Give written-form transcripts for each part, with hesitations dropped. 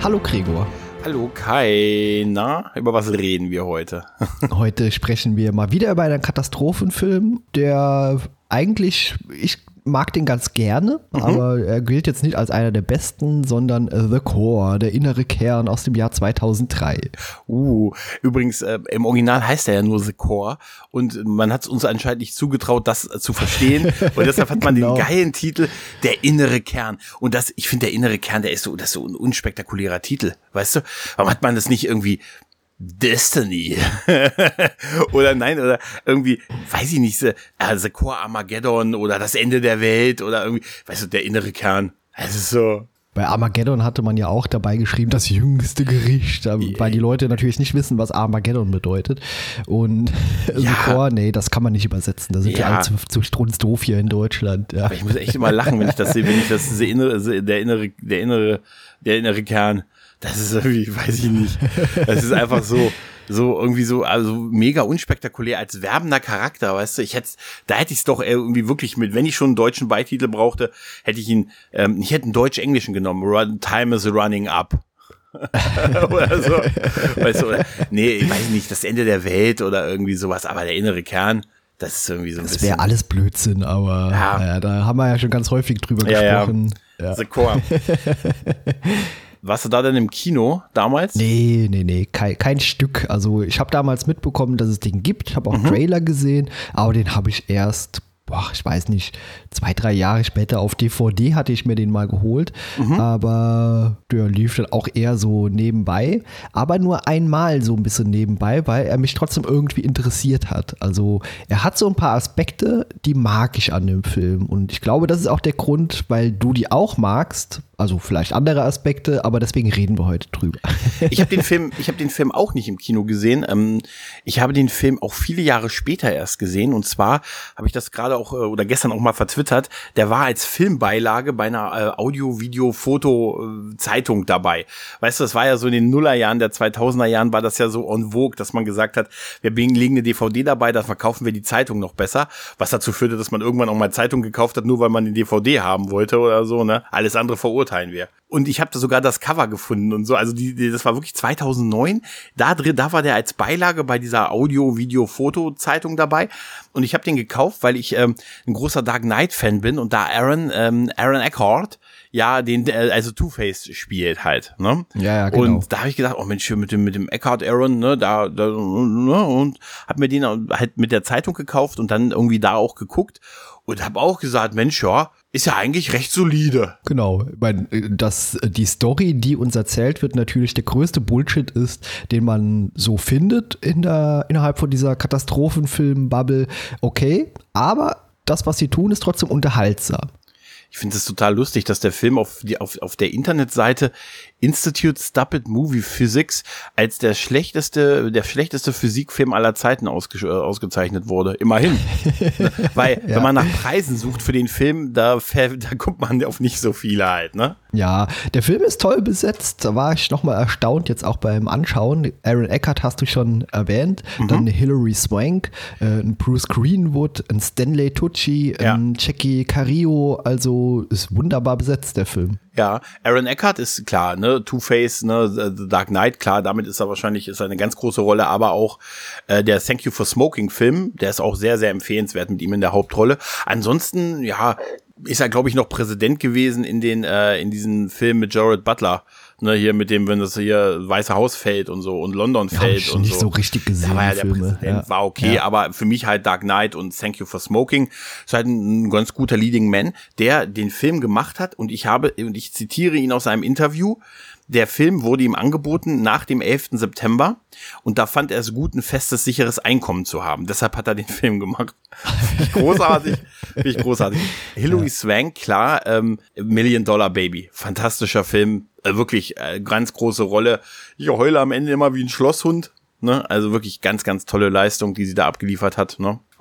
Hallo Gregor. Hallo Kai, na, über was reden wir heute? Heute sprechen wir mal wieder über einen Katastrophenfilm, der eigentlich, ich mag den ganz gerne, aber er gilt jetzt nicht als einer der besten, sondern The Core, der innere Kern aus dem Jahr 2003. Übrigens, im Original heißt er ja nur The Core und man hat es uns anscheinend nicht zugetraut, das zu verstehen und deshalb hat man den geilen Titel, der innere Kern. Und das, ich finde, der innere Kern, das ist so ein unspektakulärer Titel, weißt du? Warum hat man das nicht irgendwie Destiny oder nein, oder irgendwie, weiß ich nicht, The Core Armageddon oder das Ende der Welt oder irgendwie, weißt du, der innere Kern. Es ist so. Bei Armageddon hatte man ja auch dabei geschrieben, das jüngste Gericht, weil die Leute natürlich nicht wissen, was Armageddon bedeutet. Und The Core, nee, das kann man nicht übersetzen. Da sind wir alle zu strunzdoof hier in Deutschland. Ja. Aber ich muss echt immer lachen, wenn ich das sehe, der innere Kern. Das ist irgendwie, weiß ich nicht. Das ist einfach so irgendwie so, also mega unspektakulär als werbender Charakter, weißt du. Da hätte ich es doch irgendwie wirklich mit, wenn ich schon einen deutschen Beititel brauchte, hätte ich ihn, ich hätte einen deutsch-englischen genommen. Time is running up. Oder so. Weißt du, nee, ich weiß nicht, das Ende der Welt oder irgendwie sowas, aber der innere Kern, das ist irgendwie so ein bisschen. Das wäre alles Blödsinn, aber ja, da haben wir ja schon ganz häufig drüber gesprochen. Ja. The Core. Warst du da denn im Kino damals? Nee, kein Stück. Also ich habe damals mitbekommen, dass es den gibt, habe auch Trailer gesehen, aber den habe ich erst, ich weiß nicht, 2-3 Jahre später auf DVD hatte ich mir den mal geholt, aber der lief dann auch eher so nebenbei, aber nur einmal so ein bisschen nebenbei, weil er mich trotzdem irgendwie interessiert hat. Also er hat so ein paar Aspekte, die mag ich an dem Film und ich glaube, das ist auch der Grund, weil du die auch magst. Also vielleicht andere Aspekte, aber deswegen reden wir heute drüber. Ich habe den Film auch nicht im Kino gesehen. Ich habe den Film auch viele Jahre später erst gesehen. Und zwar habe ich das gerade auch oder gestern auch mal vertwittert. Der war als Filmbeilage bei einer Audio-Video-Foto-Zeitung dabei. Weißt du, das war ja so in den Nullerjahren, der 2000er Jahren war das ja so en vogue, dass man gesagt hat, wir legen eine DVD dabei, dann verkaufen wir die Zeitung noch besser. Was dazu führte, dass man irgendwann auch mal Zeitung gekauft hat, nur weil man die DVD haben wollte oder so, ne? Alles andere verurteilen wir. Und ich habe da sogar das Cover gefunden und so, also das war wirklich 2009, da war der als Beilage bei dieser Audio-Video-Foto-Zeitung dabei und ich habe den gekauft, weil ich ein großer Dark Knight-Fan bin und da Aaron Eckhart also Two-Face spielt halt, ne? Ja, genau. Und da habe ich gedacht, oh Mensch, mit dem Eckhart Aaron, ne, und hab mir den halt mit der Zeitung gekauft und dann irgendwie da auch geguckt und habe auch gesagt, Mensch, ja, ist ja eigentlich recht solide. Genau, die Story, die uns erzählt wird, natürlich der größte Bullshit ist, den man so findet innerhalb von dieser Katastrophenfilm-Bubble. Okay, aber das, was sie tun, ist trotzdem unterhaltsam. Ich finde es total lustig, dass der Film auf der Internetseite Institute Stupid Movie Physics als der schlechteste Physikfilm aller Zeiten ausgezeichnet wurde. Immerhin. Weil, wenn man nach Preisen sucht für den Film, da kommt man auf nicht so viele halt, ne? Ja, der Film ist toll besetzt. Da war ich nochmal erstaunt, jetzt auch beim Anschauen. Aaron Eckhart hast du schon erwähnt. Dann eine Hilary Swank, ein Bruce Greenwood, ein Stanley Tucci, ein Jackie Carillo. Also ist wunderbar besetzt, der Film. Ja, Aaron Eckhart ist klar, ne, Two-Face, ne, The Dark Knight, klar, damit ist er eine ganz große Rolle, aber auch der Thank You for Smoking Film, der ist auch sehr, sehr empfehlenswert mit ihm in der Hauptrolle. Ansonsten, ja, ist er, glaube ich, noch Präsident gewesen in diesen Film mit Gerard Butler. Ne, hier mit dem, wenn das hier Weiße Haus fällt und so und London fällt und so. Nicht so richtig gesehen. Da war ja der Präsident, war okay, aber für mich halt Dark Knight und Thank You for Smoking ist halt ein ganz guter Leading Man, der den Film gemacht hat und ich zitiere ihn aus einem Interview. Der Film wurde ihm angeboten nach dem 11. September und da fand er es gut, ein festes, sicheres Einkommen zu haben. Deshalb hat er den Film gemacht. Finde ich großartig. Hilary Swank, klar, Million Dollar Baby. Fantastischer Film. Wirklich ganz große Rolle. Ich heule am Ende immer wie ein Schlosshund. Ne? Also wirklich ganz, ganz tolle Leistung, die sie da abgeliefert hat. Ne?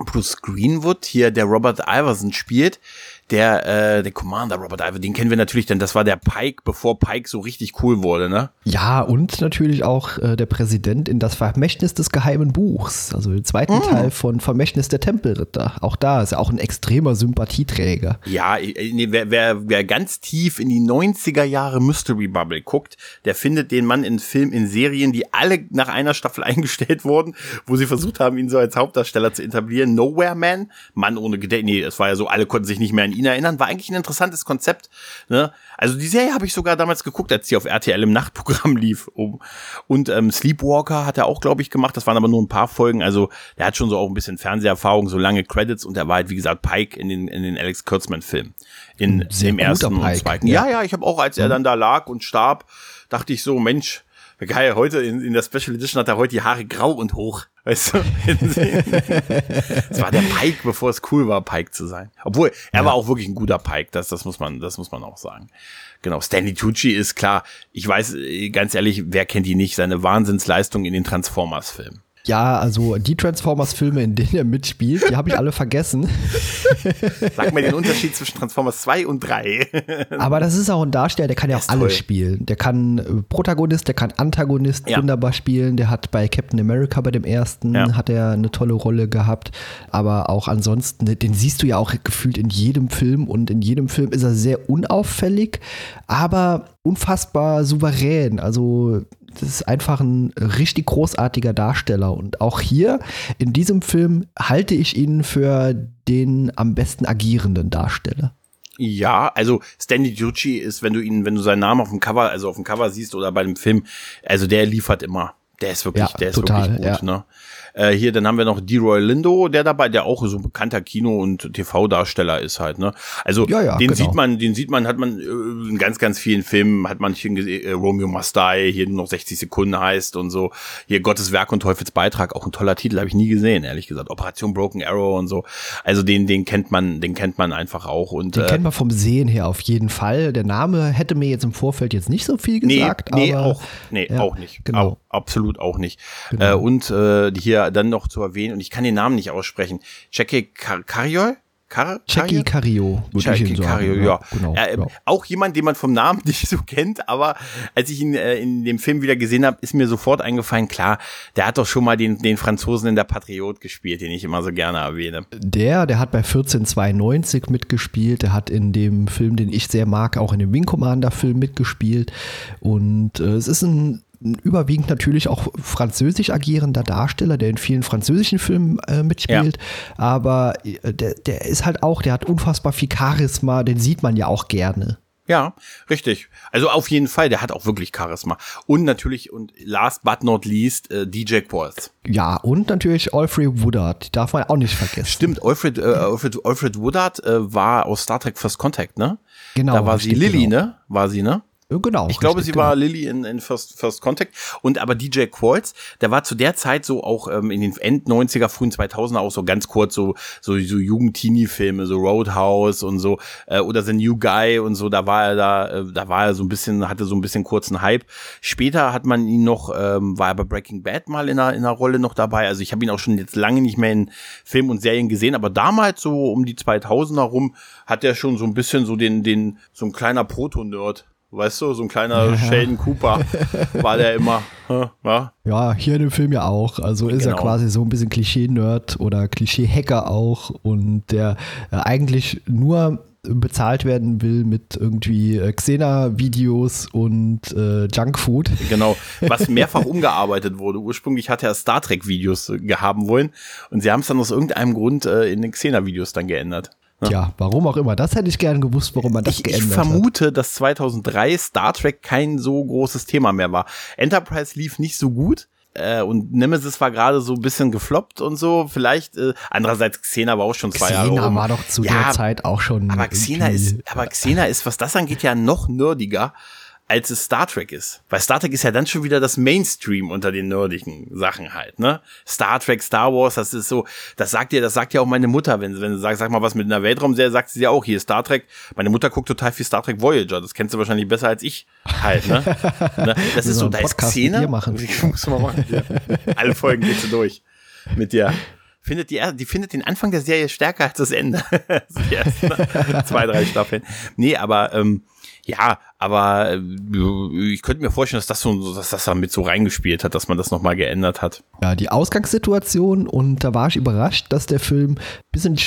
Bruce Greenwood, hier der Robert Iverson spielt, der Commander Robert Iverson, den kennen wir natürlich, denn das war der Pike, bevor Pike so richtig cool wurde, ne? Ja, und natürlich auch der Präsident in das Vermächtnis des geheimen Buchs, also den zweiten Teil von Vermächtnis der Tempelritter. Auch da ist er auch ein extremer Sympathieträger. Ja, nee, wer ganz tief in die 90er Jahre Mystery Bubble guckt, der findet den Mann in Filmen, in Serien, die alle nach einer Staffel eingestellt wurden, wo sie versucht haben, ihn so als Hauptdarsteller zu etablieren. Nowhere Man, Mann ohne Gedächtnis, nee, das war ja so, alle konnten sich nicht mehr an ihn erinnern, war eigentlich ein interessantes Konzept, ne? Also die Serie habe ich sogar damals geguckt, als die auf RTL im Nachtprogramm lief. Und Sleepwalker hat er auch, glaube ich, gemacht, das waren aber nur ein paar Folgen, also der hat schon so auch ein bisschen Fernseherfahrung, so lange Credits, und er war halt, wie gesagt, Pike in den Alex Kurtzman-Film. Im ersten und zweiten. Ja, ich habe auch, als er dann da lag und starb, dachte ich so, Mensch, geil, heute in der Special Edition hat er heute die Haare grau und hoch. Weißt du? Das war der Pike, bevor es cool war, Pike zu sein. Obwohl, er war auch wirklich ein guter Pike, das muss man auch sagen. Genau, Stanley Tucci ist klar, ich weiß, ganz ehrlich, wer kennt ihn nicht, seine Wahnsinnsleistung in den Transformers-Filmen. Ja, also die Transformers-Filme, in denen er mitspielt, die habe ich alle vergessen. Sag mal den Unterschied zwischen Transformers 2 und 3. Aber das ist auch ein Darsteller, der kann ja auch alles spielen. Der kann Protagonist, der kann Antagonist wunderbar spielen. Der hat bei Captain America, bei dem ersten, hat er eine tolle Rolle gehabt. Aber auch ansonsten, den siehst du ja auch gefühlt in jedem Film. Und in jedem Film ist er sehr unauffällig, aber unfassbar souverän. Also das ist einfach ein richtig großartiger Darsteller. Und auch hier in diesem Film halte ich ihn für den am besten agierenden Darsteller. Ja, also Stanley Tucci ist, wenn du seinen Namen auf dem Cover siehst oder bei dem Film, also der liefert immer. Der ist wirklich, wirklich gut, ne? Hier, dann haben wir noch Delroy Lindo, der dabei, der auch so ein bekannter Kino- und TV-Darsteller ist halt, ne? Also, den sieht man, hat man in ganz, ganz vielen Filmen, hat man hier gesehen, Romeo Must Die, hier nur noch 60 Sekunden heißt und so. Hier Gottes Werk und Teufels Beitrag, auch ein toller Titel, habe ich nie gesehen, ehrlich gesagt. Operation Broken Arrow und so. Also, den kennt man einfach auch. Und den kennt man vom Sehen her auf jeden Fall. Der Name hätte mir jetzt im Vorfeld jetzt nicht so viel gesagt. Auch nicht. Genau. Absolut auch nicht. Genau. Und hier dann noch zu erwähnen, und ich kann den Namen nicht aussprechen, Jackie Cario? Jackie Cario, würde ich ihn sagen. Cario, ja. Genau. Auch jemand, den man vom Namen nicht so kennt, aber als ich ihn in dem Film wieder gesehen habe, ist mir sofort eingefallen, klar, der hat doch schon mal den Franzosen in der Patriot gespielt, den ich immer so gerne erwähne. Der hat bei 1492 mitgespielt, der hat in dem Film, den ich sehr mag, auch in dem Wing Commander Film mitgespielt, und es ist ein überwiegend natürlich auch französisch agierender Darsteller, der in vielen französischen Filmen mitspielt, aber der ist halt auch, der hat unfassbar viel Charisma, den sieht man ja auch gerne. Ja, richtig. Also auf jeden Fall, der hat auch wirklich Charisma. Und natürlich, und last but not least, DJ Qualls. Ja, und natürlich Alfred Woodard, die darf man auch nicht vergessen. Stimmt, Alfred Woodard war aus Star Trek First Contact, ne? Genau. Da war sie Lily, ne? War sie, ne? Genau. Ich glaube, sie war Lily in First Contact. Und aber DJ Qualls, der war zu der Zeit so auch in den End-90er, frühen 2000er auch so ganz kurz so Jugend-Teenie-Filme, so Roadhouse und so, oder The New Guy und so, da war er so ein bisschen, hatte so ein bisschen kurzen Hype. Später hat man ihn noch, war er bei Breaking Bad mal in einer Rolle noch dabei. Also ich habe ihn auch schon jetzt lange nicht mehr in Filmen und Serien gesehen, aber damals so um die 2000er rum hat er schon so ein bisschen so so ein kleiner Proto-Nerd. Weißt du, so ein kleiner Sheldon Cooper war der immer. Ja, hier in dem Film ja auch. Also ist er quasi so ein bisschen Klischee-Nerd oder Klischee-Hacker auch, und der eigentlich nur bezahlt werden will mit irgendwie Xena-Videos und Junkfood. Genau, was mehrfach umgearbeitet wurde. Ursprünglich hat er Star Trek-Videos haben wollen, und sie haben es dann aus irgendeinem Grund in den Xena-Videos dann geändert. Ja, warum auch immer. Das hätte ich gerne gewusst, warum man das geändert hat. Ich vermute, dass 2003 Star Trek kein so großes Thema mehr war. Enterprise lief nicht so gut. Und Nemesis war gerade so ein bisschen gefloppt und so. Vielleicht, andererseits Xena war auch schon 2 Jahre rum. Xena war doch zu der Zeit auch schon. Aber Xena ist, was das angeht, ja noch nerdiger, als es Star Trek ist. Weil Star Trek ist ja dann schon wieder das Mainstream unter den nerdigen Sachen halt, ne? Star Trek, Star Wars, das ist so, das sagt ja auch meine Mutter, wenn du sagst, sag mal was mit einer Weltraumserie, sagt sie ja auch, hier Star Trek. Meine Mutter guckt total viel Star Trek Voyager, das kennst du wahrscheinlich besser als ich halt, ne? Das ist so, da ist Xena. Machen. Ich muss mal machen. Ja. Alle Folgen gehst du durch mit dir. findet den Anfang der Serie stärker als das Ende. Die ersten 2-3 Staffeln. Nee, aber ich könnte mir vorstellen, dass das da mit so reingespielt hat, dass man das nochmal geändert hat. Ja, die Ausgangssituation, und da war ich überrascht, dass der Film ein bisschen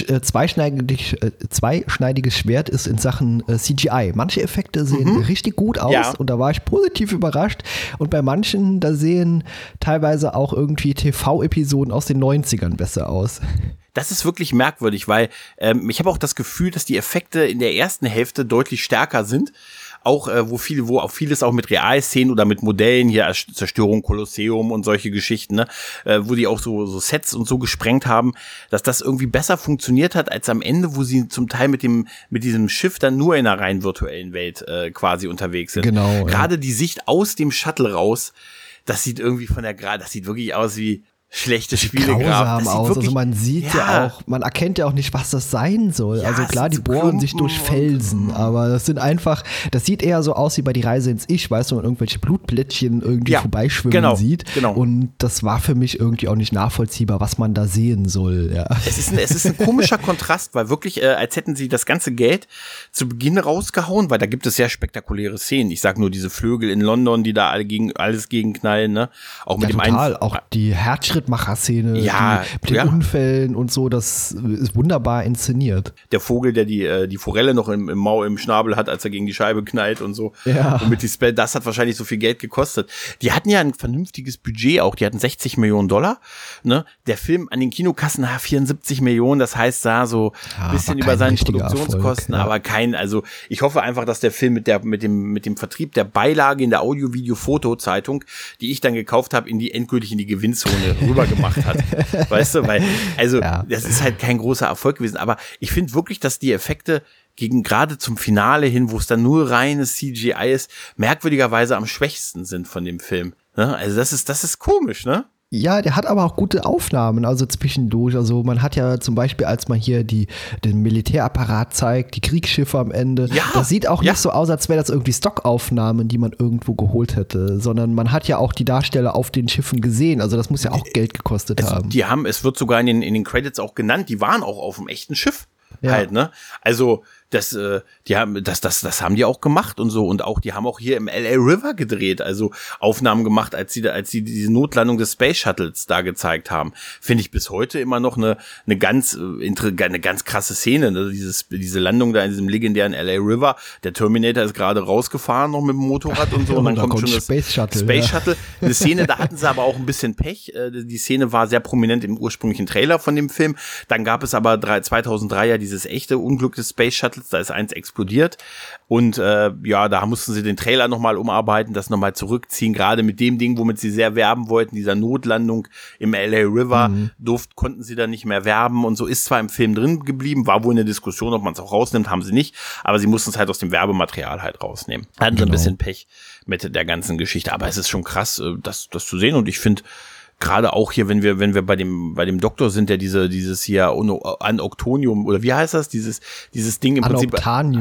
zweischneidiges Schwert ist in Sachen CGI. Manche Effekte sehen richtig gut aus und da war ich positiv überrascht, und bei manchen, da sehen teilweise auch irgendwie TV-Episoden aus den 90ern besser aus. Das ist wirklich merkwürdig, weil ich habe auch das Gefühl, dass die Effekte in der ersten Hälfte deutlich stärker sind. Auch wo auch vieles auch mit Realszenen oder mit Modellen, hier Zerstörung Kolosseum und solche Geschichten, ne, wo die auch so Sets und so gesprengt haben, dass das irgendwie besser funktioniert hat als am Ende, wo sie zum Teil mit diesem Schiff dann nur in einer rein virtuellen Welt quasi unterwegs sind. Genau. Gerade die Sicht aus dem Shuttle raus, das sieht irgendwie das sieht wirklich aus wie schlechte Spielegrafik. Aus. Also man sieht ja auch, man erkennt ja auch nicht, was das sein soll. Ja, also klar, die bohren sich durch Felsen, aber das sieht eher so aus wie bei Die Reise ins Ich, weißt du, man irgendwelche Blutplättchen irgendwie vorbeischwimmen sieht. Genau. Und das war für mich irgendwie auch nicht nachvollziehbar, was man da sehen soll. Ja. Es ist ein komischer Kontrast, weil wirklich, als hätten sie das ganze Geld zu Beginn rausgehauen, weil da gibt es sehr spektakuläre Szenen. Ich sag nur diese Flügel in London, die da alles gegenknallen, ne? Auch mit dem total. Auch die Herzschrittmacher-Szene mit den Unfällen und so, das ist wunderbar inszeniert. Der Vogel, der die Forelle noch im Schnabel hat, als er gegen die Scheibe knallt und so. Ja. Und das hat wahrscheinlich so viel Geld gekostet. Die hatten ja ein vernünftiges Budget auch, die hatten $60 Millionen, ne? Der Film an den Kinokassen 74 Millionen, das heißt da so ein bisschen über seinen Produktionskosten, aber also ich hoffe einfach, dass der Film mit dem Vertrieb der Beilage in der Audio-Video-Foto-Zeitung, die ich dann gekauft habe, endgültig in die Gewinnzone rüber gemacht hat. Weißt du, weil, das ist halt kein großer Erfolg gewesen, aber ich finde wirklich, dass die Effekte gerade zum Finale hin, wo es dann nur reines CGI ist, merkwürdigerweise am schwächsten sind von dem Film. Ne? Also das ist komisch, ne? Ja, der hat aber auch gute Aufnahmen, also zwischendurch. Also man hat ja zum Beispiel, als man hier den Militärapparat zeigt, die Kriegsschiffe am Ende, das sieht auch nicht so aus, als wäre das irgendwie Stockaufnahmen, die man irgendwo geholt hätte, sondern man hat ja auch die Darsteller auf den Schiffen gesehen. Also das muss ja auch Geld gekostet haben. Es wird sogar in den Credits auch genannt, die waren auch auf dem echten Schiff. Halt, ne? Also, das haben die auch gemacht und so, und auch, die haben auch hier im LA River gedreht, also Aufnahmen gemacht, als sie diese Notlandung des Space Shuttles da gezeigt haben. Finde ich bis heute immer noch eine ganz krasse Szene, ne? Diese Landung da in diesem legendären LA River. Der Terminator ist gerade rausgefahren noch mit dem Motorrad und so, und dann kommt schon das Space Shuttle. Eine Szene, da hatten sie aber auch ein bisschen Pech. Die Szene war sehr prominent im ursprünglichen Trailer von dem Film. Dann gab es aber 2003 ja dieses echte Unglück des Space Shuttles, da ist eins explodiert, und da mussten sie den Trailer nochmal umarbeiten, das nochmal zurückziehen, gerade mit dem Ding, womit sie sehr werben wollten, dieser Notlandung im LA River, konnten sie da nicht mehr werben, und so ist zwar im Film drin geblieben, war wohl eine Diskussion, ob man es auch rausnimmt, haben sie nicht, aber sie mussten es halt aus dem Werbematerial halt rausnehmen. Hatten sie ein bisschen Pech mit der ganzen Geschichte, aber es ist schon krass, das zu sehen, und ich finde, gerade auch hier, wenn wir bei dem Doktor sind, der dieses hier Anoktonium, oder wie heißt das? Dieses Ding im Prinzip.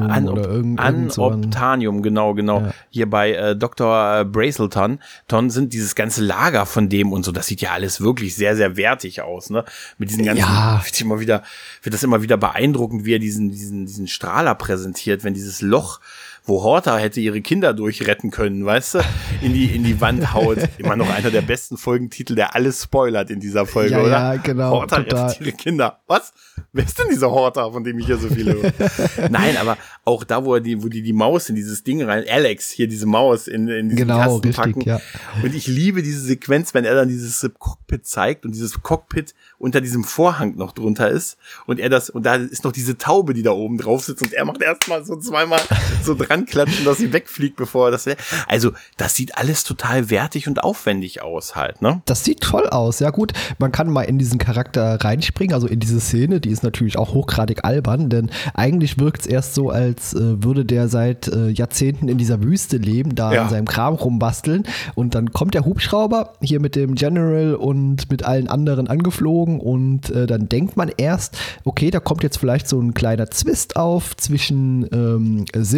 Anoptanium, genau. Ja. Hier bei Dr. Brazelton sind dieses ganze Lager von dem und so, das sieht ja alles wirklich sehr, sehr wertig aus, ne? Mit diesen ganzen, wird das immer wieder beeindruckend, wie er diesen Strahler präsentiert, wenn dieses Loch, wo Horta hätte ihre Kinder durchretten können, weißt du, in die Wand haut. Immer noch einer der besten Folgentitel, der alles spoilert in dieser Folge, oder? Ja, genau. Horta rettet ihre Kinder. Was? Wer ist denn dieser Horta, von dem ich hier so viele höre? Nein, aber auch da, wo die Maus in dieses Ding rein, Alex, hier diese Maus in diesen Kasten packen. Ja. Und ich liebe diese Sequenz, wenn er dann dieses Cockpit zeigt und dieses Cockpit unter diesem Vorhang noch drunter ist, und da ist noch diese Taube, die da oben drauf sitzt, und er macht erstmal so zweimal so dran klatschen, dass sie wegfliegt, bevor das also das sieht alles total wertig und aufwendig aus halt, ne? Das sieht toll aus, ja gut, man kann mal in diesen Charakter reinspringen, also in diese Szene, die ist natürlich auch hochgradig albern, denn eigentlich wirkt es erst so, als würde der seit Jahrzehnten in dieser Wüste leben, da in seinem Kram rumbasteln, und dann kommt der Hubschrauber hier mit dem General und mit allen anderen angeflogen, und dann denkt man erst, okay, da kommt jetzt vielleicht so ein kleiner Zwist auf zwischen Simski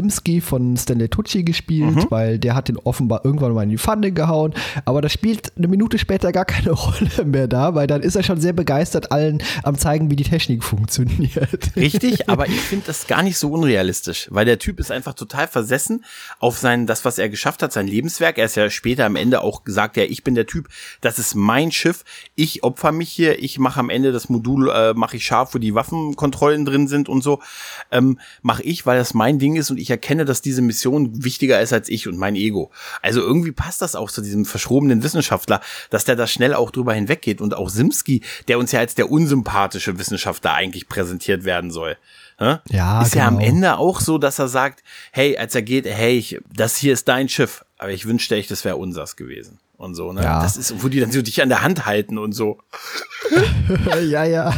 von Stanley Tucci gespielt, weil der hat den offenbar irgendwann mal in die Pfanne gehauen. Aber das spielt eine Minute später gar keine Rolle mehr da, weil dann ist er schon sehr begeistert allen am zeigen, wie die Technik funktioniert. Richtig, aber ich finde das gar nicht so unrealistisch, weil der Typ ist einfach total versessen auf das, was er geschafft hat, sein Lebenswerk. Er ist ja später am Ende auch gesagt, ja, ich bin der Typ, das ist mein Schiff, ich opfer mich hier, ich mache am Ende das Modul, mache ich scharf, wo die Waffenkontrollen drin sind und so, mache ich, weil das mein Ding ist und ich erkenne, dass diese Mission wichtiger ist als ich und mein Ego. Also irgendwie passt das auch zu diesem verschrobenen Wissenschaftler, dass der da schnell auch drüber hinweggeht und auch Simski, der uns ja als der unsympathische Wissenschaftler eigentlich präsentiert werden soll. Ja, ist genau. ja am Ende auch so, dass er sagt, hey, als er geht, hey, das hier ist dein Schiff, aber ich wünschte echt, das wäre unsers gewesen. Und so, ne? Ja. Das ist, wo die dann so dich an der Hand halten und so. Ja.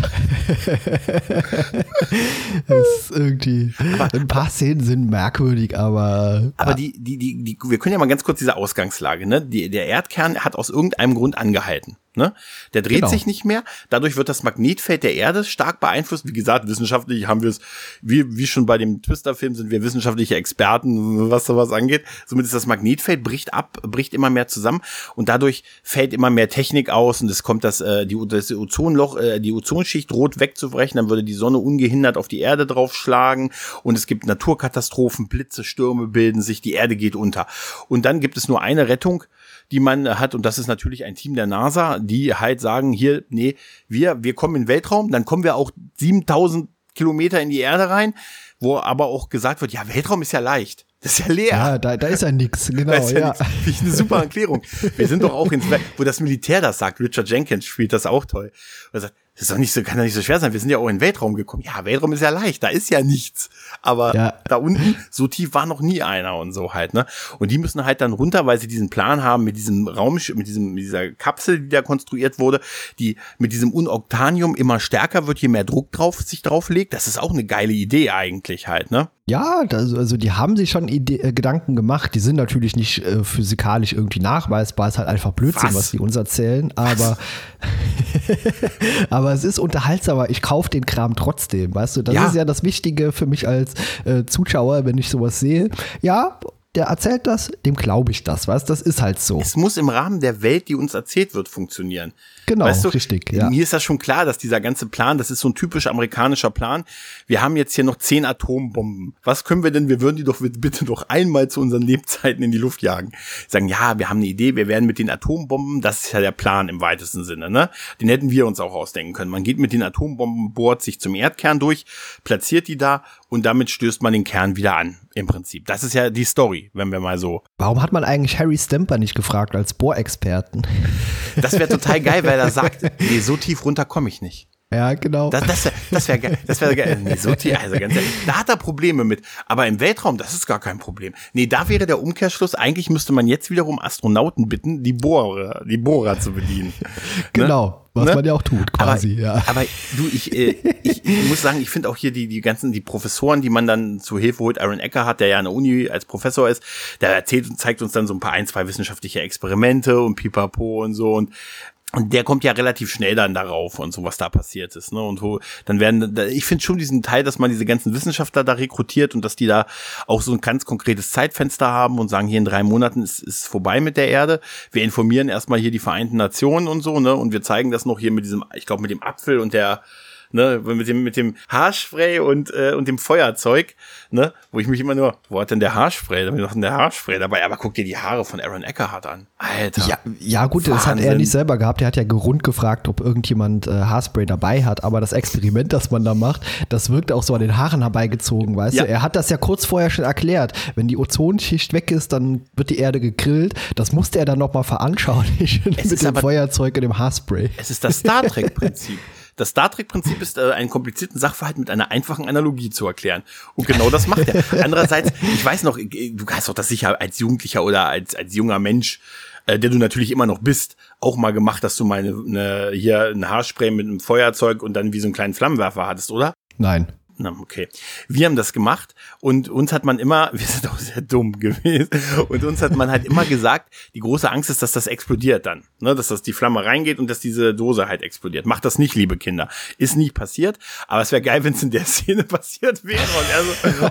Das ist irgendwie, ein paar Szenen sind merkwürdig, aber. Aber wir können ja mal ganz kurz diese Ausgangslage, ne? Der Erdkern hat aus irgendeinem Grund angehalten. Ne? Der dreht sich nicht mehr, dadurch wird das Magnetfeld der Erde stark beeinflusst. Wie gesagt, wissenschaftlich haben wir es, wie schon bei dem Twister-Film sind wir wissenschaftliche Experten, was sowas angeht. Somit ist das Magnetfeld bricht immer mehr zusammen und dadurch fällt immer mehr Technik aus und es kommt das Ozonloch, die Ozonschicht droht wegzubrechen, dann würde die Sonne ungehindert auf die Erde draufschlagen und es gibt Naturkatastrophen, Blitze, Stürme bilden sich, die Erde geht unter. Und dann gibt es nur eine Rettung, die man hat, und das ist natürlich ein Team der NASA, die halt sagen, hier, nee, wir kommen in den Weltraum, dann kommen wir auch 7000 Kilometer in die Erde rein, wo aber auch gesagt wird, ja, Weltraum ist ja leicht. Das ist ja leer. Ja, da ist ja nix, genau, ja. Finde ich eine super Erklärung. Wir sind doch auch wo das Militär das sagt, Richard Jenkins spielt das auch toll. Und er sagt, das ist doch nicht so, kann doch nicht so schwer sein. Wir sind ja auch in den Weltraum gekommen. Ja, Weltraum ist ja leicht, da ist ja nichts. Aber da unten, so tief war noch nie einer und so halt, ne? Und die müssen halt dann runter, weil sie diesen Plan haben mit diesem mit dieser Kapsel, die da konstruiert wurde, die mit diesem Unoctanium immer stärker wird, je mehr Druck sich drauf legt. Das ist auch eine geile Idee eigentlich halt, ne? Ja, also die haben sich schon Gedanken gemacht. Die sind natürlich nicht physikalisch irgendwie nachweisbar. Es ist halt einfach Blödsinn, was die uns erzählen. Aber es ist unterhaltsamer. Ich kaufe den Kram trotzdem, weißt du? Das ist ja das Wichtige für mich als Zuschauer, wenn ich sowas sehe. Ja, der erzählt das, dem glaube ich das, weißt du? Das ist halt so. Es muss im Rahmen der Welt, die uns erzählt wird, funktionieren. Genau, weißt du, richtig, ja. Mir ist das schon klar, dass dieser ganze Plan, das ist so ein typisch amerikanischer Plan. Wir haben jetzt hier noch 10 Atombomben. Was können wir denn? Wir würden die doch bitte noch einmal zu unseren Lebzeiten in die Luft jagen. Sagen, ja, wir haben eine Idee, wir werden mit den Atombomben, das ist ja der Plan im weitesten Sinne, ne? Den hätten wir uns auch ausdenken können. Man geht mit den Atombomben, bohrt sich zum Erdkern durch, platziert die da und damit stößt man den Kern wieder an, im Prinzip. Das ist ja die Story, wenn wir mal so. Warum hat man eigentlich Harry Stamper nicht gefragt als Bohrexperten? Das wäre total geil, weil er sagt, nee, so tief runter komme ich nicht. Ja, genau. Das wäre geil. Das wäre geil. Nee, so tief, also ganz ehrlich, da hat er Probleme mit. Aber im Weltraum, das ist gar kein Problem. Nee, da wäre der Umkehrschluss, eigentlich müsste man jetzt wiederum Astronauten bitten, die Bohrer zu bedienen. Genau. Was man ja auch tut, quasi, aber du, ich muss sagen, ich finde auch hier die Professoren, die man dann zu Hilfe holt, Aaron Eckhart, der ja an der Uni als Professor ist, der erzählt und zeigt uns dann so ein, zwei wissenschaftliche Experimente und pipapo und so und der kommt ja relativ schnell dann darauf und so, was da passiert ist, ne? Und dann ich finde schon diesen Teil, dass man diese ganzen Wissenschaftler da rekrutiert und dass die da auch so ein ganz konkretes Zeitfenster haben und sagen, hier in 3 Monaten ist vorbei mit der Erde. Wir informieren erstmal hier die Vereinten Nationen und so, ne? Und wir zeigen das noch hier mit diesem, ich glaube, mit dem Apfel und mit dem Haarspray und dem Feuerzeug, ne, wo ich mich immer nur, wo hat denn der Haarspray? Da bin ich noch der Haarspray dabei, aber guck dir die Haare von Aaron Eckhart an. Alter. Ja gut, Wahnsinn. Das hat er nicht selber gehabt. Er hat ja rund gefragt, ob irgendjemand Haarspray dabei hat, aber das Experiment, das man da macht, das wirkt auch so an den Haaren herbeigezogen, weißt du? Er hat das ja kurz vorher schon erklärt. Wenn die Ozonschicht weg ist, dann wird die Erde gegrillt. Das musste er dann nochmal veranschaulichen mit dem Feuerzeug und dem Haarspray. Es ist das Star Trek-Prinzip. Das Star Trek-Prinzip ist, einen komplizierten Sachverhalt mit einer einfachen Analogie zu erklären. Und genau das macht er. Andererseits, ich weiß noch, du hast doch das sicher als Jugendlicher oder als junger Mensch, der du natürlich immer noch bist, auch mal gemacht, dass du mal hier ein Haarspray mit einem Feuerzeug und dann wie so einen kleinen Flammenwerfer hattest, oder? Nein. Na, okay. Wir haben das gemacht und uns hat man immer, wir sind auch sehr dumm gewesen, und uns hat man halt immer gesagt, die große Angst ist, dass das explodiert dann, ne, dass das die Flamme reingeht und dass diese Dose halt explodiert. Macht das nicht, liebe Kinder. Ist nie passiert, aber es wäre geil, wenn es in der Szene passiert wäre und er so,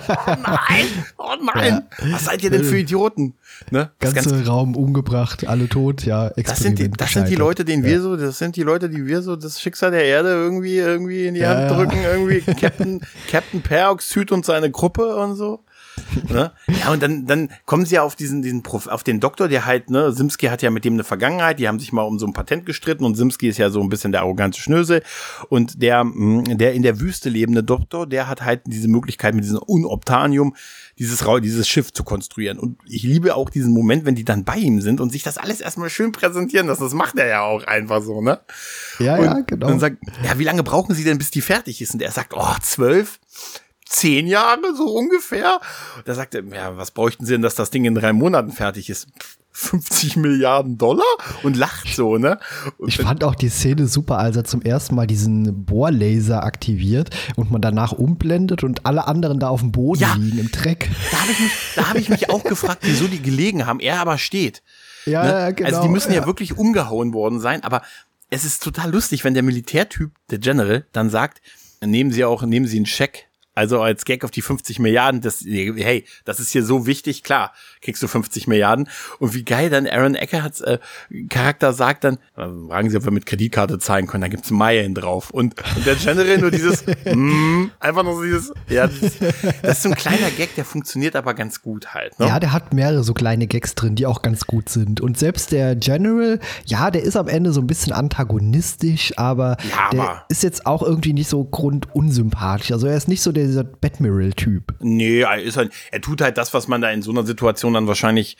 oh nein, was seid ihr denn für Idioten? Ne? Ganze Raum umgebracht, alle tot, ja, Experiment. Das sind die Leute, denen wir so, das Schicksal der Erde irgendwie in die Hand drücken, irgendwie Captain Peroxid und seine Gruppe und so. Ne? Ja, und dann kommen sie ja auf auf den Doktor, der halt, ne, Simski hat ja mit dem eine Vergangenheit, die haben sich mal um so ein Patent gestritten und Simski ist ja so ein bisschen der arrogante Schnösel und der in der Wüste lebende Doktor, der hat halt diese Möglichkeit mit diesem Unobtainium dieses Schiff zu konstruieren. Und ich liebe auch diesen Moment, wenn die dann bei ihm sind und sich das alles erstmal schön präsentieren lassen. Das macht er ja auch einfach so, ne? Ja, und ja, genau. Und dann sagt, ja, wie lange brauchen sie denn, bis die fertig ist? Und er sagt, 12? 10 Jahre, so ungefähr. Da sagt er, ja, was bräuchten sie denn, dass das Ding in 3 Monaten fertig ist? 50 Milliarden Dollar? Und lacht so, ne? Und ich fand auch die Szene super, als er zum ersten Mal diesen Bohrlaser aktiviert und man danach umblendet und alle anderen da auf dem Boden liegen im Dreck. Da hab ich mich auch gefragt, wieso die gelegen haben. Er aber steht. Ja, ne? genau. Also die müssen ja wirklich umgehauen worden sein, aber es ist total lustig, wenn der Militärtyp, der General, dann sagt, nehmen Sie einen Scheck. Also als Gag auf die 50 Milliarden, das ist hier so wichtig, klar, kriegst du 50 Milliarden. Und wie geil dann Aaron Eckharts Charakter sagt dann, fragen Sie, ob wir mit Kreditkarte zahlen können, da gibt's Meilen drauf. Und der General nur dieses, einfach nur so dieses, ja, das ist so ein kleiner Gag, der funktioniert aber ganz gut halt. Ne? Ja, der hat mehrere so kleine Gags drin, die auch ganz gut sind. Und selbst der General, ja, der ist am Ende so ein bisschen antagonistisch, aber der ist jetzt auch irgendwie nicht so grundunsympathisch. Also er ist nicht so dieser Batmiral-Typ. Nee, er tut halt das, was man da in so einer Situation dann wahrscheinlich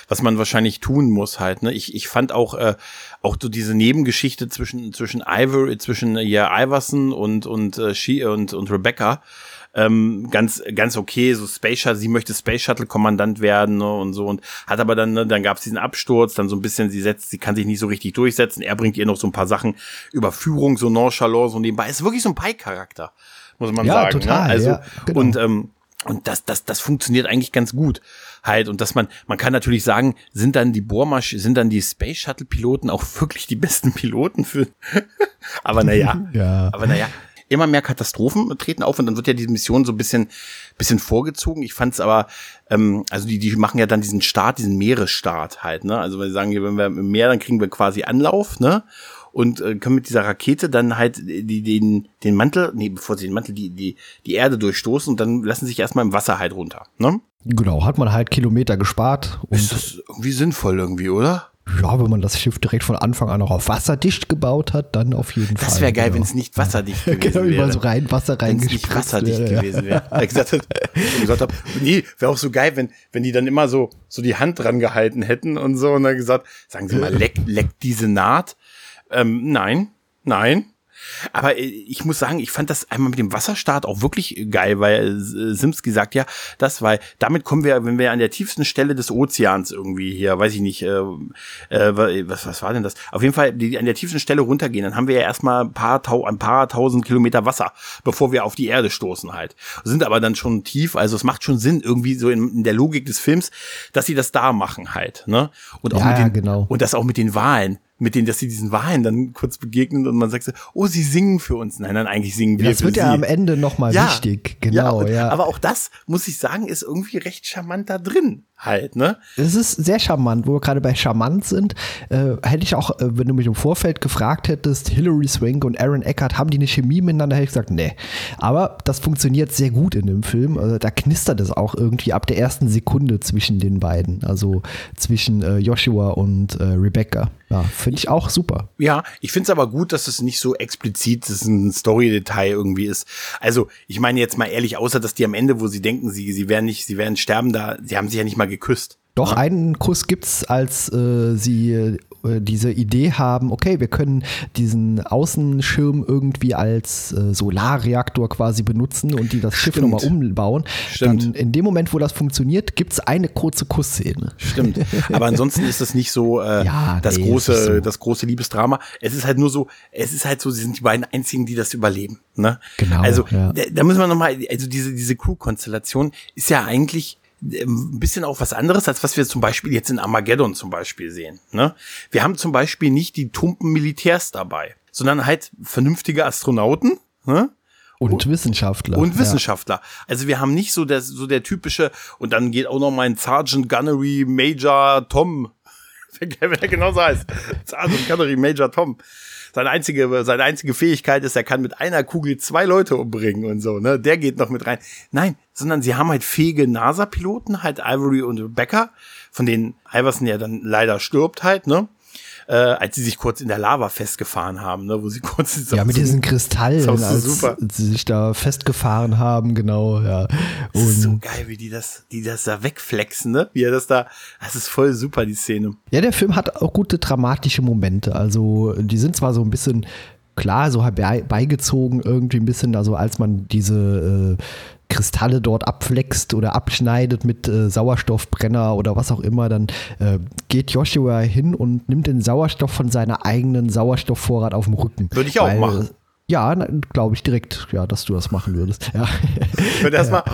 tun muss halt, ne? Ich fand auch so diese Nebengeschichte zwischen Iverson und Rebecca, ganz okay, so sie möchte Space Shuttle Kommandant werden, ne, und so, und hat aber dann, ne, dann gab's diesen Absturz, dann so ein bisschen, sie kann sich nicht so richtig durchsetzen, er bringt ihr noch so ein paar Sachen über Führung, so nonchalant, so nebenbei, ist wirklich so ein Pike-Charakter, muss man sagen. Total, ne? Also, ja, genau. Und das funktioniert eigentlich ganz gut halt, und dass man kann natürlich sagen, sind dann die Space Shuttle Piloten auch wirklich die besten Piloten für, aber naja, immer mehr Katastrophen treten auf und dann wird ja diese Mission so ein bisschen vorgezogen. Ich fand's aber, also die machen ja dann diesen Meeresstart halt, ne? Also weil sie sagen, wenn wir im Meer, dann kriegen wir quasi Anlauf, ne? Und können mit dieser Rakete dann halt die Erde durchstoßen und dann lassen sich erstmal im Wasser halt runter, ne? Genau, hat man halt Kilometer gespart. Und ist das irgendwie sinnvoll irgendwie, oder? Ja, wenn man das Schiff direkt von Anfang an auch auf wasserdicht gebaut hat, dann auf jeden Fall. Das wäre geil, wenn es nicht wasserdicht gewesen wäre. Genau, so Wasser reingespritzt gewesen wäre. Ich gesagt habe, nee, wäre auch so geil, wenn die dann immer so die Hand dran gehalten hätten und so und dann gesagt, sagen Sie mal, leckt diese Naht? Nein. Aber ich muss sagen, ich fand das einmal mit dem Wasserstart auch wirklich geil, weil Simski sagt ja, weil damit kommen wir, wenn wir an der tiefsten Stelle des Ozeans irgendwie hier, weiß ich nicht, was war denn das? Auf jeden Fall, die an der tiefsten Stelle runtergehen, dann haben wir ja erstmal ein paar tausend Kilometer Wasser, bevor wir auf die Erde stoßen halt. Sind aber dann schon tief, also es macht schon Sinn, irgendwie so in der Logik des Films, dass sie das da machen halt, ne? Und auch genau. Und das auch mit den Walen. Dass sie diesen Wahlen dann kurz begegnen und man sagt so, oh, sie singen für uns. Nein, eigentlich singen wir für sie. Das wird ja am Ende nochmal wichtig, genau. Ja. Aber auch das, muss ich sagen, ist irgendwie recht charmant da drin halt, ne? Es ist sehr charmant, wo wir gerade bei charmant sind. Hätte ich auch, wenn du mich im Vorfeld gefragt hättest, Hilary Swank und Aaron Eckhart, haben die eine Chemie miteinander, hätte ich gesagt, nee. Aber das funktioniert sehr gut in dem Film. Also, da knistert es auch irgendwie ab der ersten Sekunde zwischen den beiden. Also zwischen Joshua und Rebecca. Ja, finde ich auch super. Ja, ich finde es aber gut, dass es nicht so explizit ein Story-Detail irgendwie ist. Also, ich meine jetzt mal ehrlich, außer dass die am Ende, wo sie denken, sie werden sterben, sie haben sich ja nicht mal geküsst. Doch, einen Kuss gibt's, als sie diese Idee haben, okay, wir können diesen Außenschirm irgendwie als Solarreaktor quasi benutzen und die das Schiff nochmal umbauen. Stimmt. Dann in dem Moment, wo das funktioniert, gibt es eine kurze Kussszene. Stimmt. Aber ansonsten ist das nicht so das große Liebesdrama. Es ist halt so, sie sind die beiden einzigen, die das überleben. Ne? Genau. Also da müssen wir nochmal, also diese Crew-Konstellation ist ja eigentlich ein bisschen auch was anderes, als was wir zum Beispiel jetzt in Armageddon zum Beispiel sehen. Ne? Wir haben zum Beispiel nicht die tumpen Militärs dabei, sondern halt vernünftige Astronauten, ne? Und Wissenschaftler. Und Wissenschaftler. Also wir haben nicht so der typische, und dann geht auch noch mal ein Sergeant Gunnery Major Tom, wer genau so heißt. Sergeant Gunnery Major Tom. Seine einzige Fähigkeit ist, er kann mit einer Kugel 2 Leute umbringen und so, ne? Der geht noch mit rein. Nein, sondern sie haben halt fähige NASA-Piloten, halt Ivory und Rebecca, von denen Iverson ja dann leider stirbt halt, ne? Als sie sich kurz in der Lava festgefahren haben, ne, wo sie kurz mit diesen Kristallen, als super. sie sich da festgefahren haben, genau, ja. Und das ist so geil, wie die das da wegflexen, ne? Wie er das ist voll super, die Szene. Ja, der Film hat auch gute dramatische Momente, also die sind zwar so ein bisschen, klar, so beigezogen irgendwie ein bisschen, also als man diese Kristalle dort abflext oder abschneidet mit Sauerstoffbrenner oder was auch immer, dann geht Joshua hin und nimmt den Sauerstoff von seiner eigenen Sauerstoffvorrat auf dem Rücken. Würde ich auch machen. Ja, glaube ich direkt, ja, dass du das machen würdest. Ja. Ich würde erstmal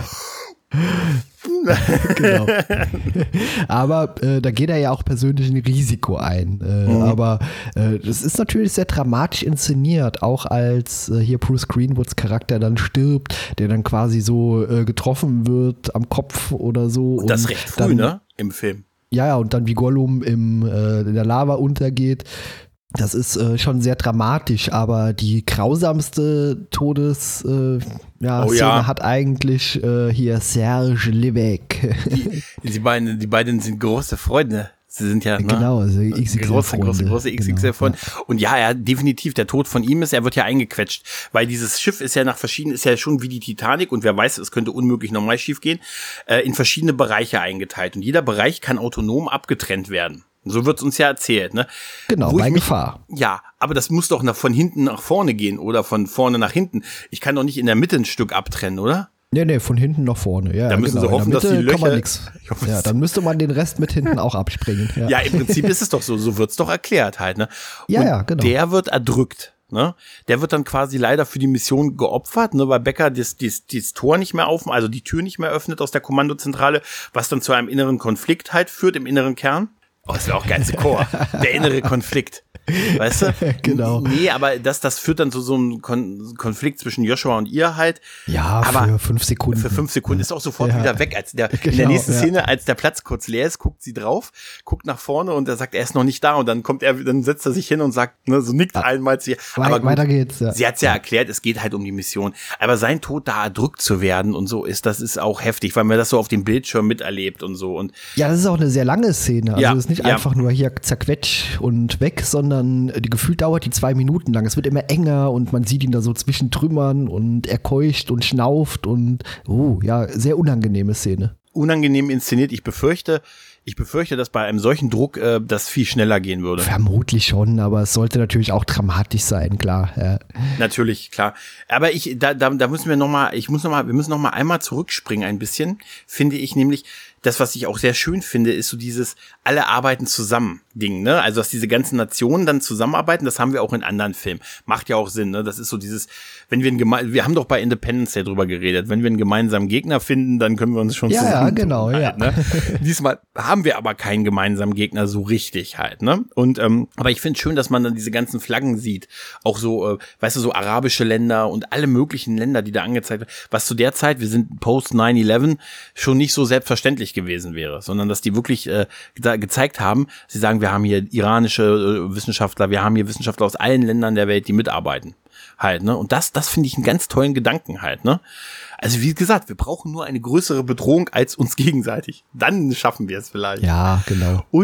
genau. Aber da geht er ja auch persönlich ein Risiko ein. Aber das ist natürlich sehr dramatisch inszeniert, auch als hier Bruce Greenwoods Charakter dann stirbt, der dann quasi so getroffen wird am Kopf oder so. Und das recht früh, dann, ne? Im Film. Ja, und dann wie Gollum in der Lava untergeht. Das ist schon sehr dramatisch, aber die grausamste Szene hat eigentlich hier Serge Levesque. Die beiden sind große Freunde. Sie sind ja genau, also große XXL-Freunde. Genau. Und ja, definitiv, der Tod von ihm er wird ja eingequetscht, weil dieses Schiff ist ja ist ja schon wie die Titanic und wer weiß, es könnte unmöglich nochmal schief gehen, in verschiedene Bereiche eingeteilt und jeder Bereich kann autonom abgetrennt werden. So wird's uns ja erzählt, ne? Genau, bei Gefahr. Ja, aber das muss doch von hinten nach vorne gehen oder von vorne nach hinten. Ich kann doch nicht in der Mitte ein Stück abtrennen, oder? Nee, von hinten nach vorne. Ja, da müssen sie hoffen, dass die Löcher... Kann man nix. Ja, dann müsste man den Rest mit hinten auch abspringen. Ja. Ja, im Prinzip ist es doch so wird's doch erklärt halt, ne? Ja, genau. Der wird erdrückt. Ne? Der wird dann quasi leider für die Mission geopfert, ne, weil Becker das Tor nicht mehr also die Tür nicht mehr öffnet aus der Kommandozentrale, was dann zu einem inneren Konflikt halt führt im inneren Kern. Oh, das wäre auch geilste Chor. Der innere Konflikt. Weißt du? Genau. Nee, aber das führt dann zu so einem Konflikt zwischen Joshua und ihr halt. Ja, aber für 5 Sekunden. Für 5 Sekunden ist auch sofort wieder weg. In der nächsten Szene, als der Platz kurz leer ist, guckt sie drauf, guckt nach vorne und er sagt, er ist noch nicht da. Und dann dann setzt er sich hin und sagt, ne, so nickt einmal zu ihr. Aber gut, weiter geht's. Ja. Sie hat's ja erklärt, es geht halt um die Mission. Aber sein Tod da erdrückt zu werden und so das ist auch heftig, weil man das so auf dem Bildschirm miterlebt und so. Und ja, das ist auch eine sehr lange Szene. Also es ist nicht einfach nur hier zerquetsch und weg, sondern die Gefühl dauert die 2 Minuten lang. Es wird immer enger und man sieht ihn da so zwischen Trümmern und er keucht und schnauft und sehr unangenehme Szene. Unangenehm inszeniert. Ich befürchte, dass bei einem solchen Druck das viel schneller gehen würde. Vermutlich schon, aber es sollte natürlich auch dramatisch sein, klar. Ja. Natürlich, klar. Aber da müssen wir müssen noch mal einmal zurückspringen ein bisschen, finde ich nämlich. Das, was ich auch sehr schön finde, ist so dieses alle arbeiten zusammen Ding, ne? Also, dass diese ganzen Nationen dann zusammenarbeiten, das haben wir auch in anderen Filmen. Macht ja auch Sinn, ne? Das ist so dieses, wenn wir haben doch bei Independence Day drüber geredet, wenn wir einen gemeinsamen Gegner finden, dann können wir uns schon zusammen. Ja, genau, halt, ja. Ne? Diesmal haben wir aber keinen gemeinsamen Gegner so richtig halt, ne? Und, aber ich finde es schön, dass man dann diese ganzen Flaggen sieht. Auch so, weißt du, so arabische Länder und alle möglichen Länder, die da angezeigt werden. Was zu der Zeit, wir sind post 9/11, schon nicht so selbstverständlich gewesen wäre, sondern dass die wirklich gezeigt haben, sie sagen, wir haben hier iranische Wissenschaftler, wir haben hier Wissenschaftler aus allen Ländern der Welt, die mitarbeiten. Halt, ne? Und das finde ich einen ganz tollen Gedanken halt, ne? Also wie gesagt, wir brauchen nur eine größere Bedrohung als uns gegenseitig. Dann schaffen wir es vielleicht. Ja, genau. Und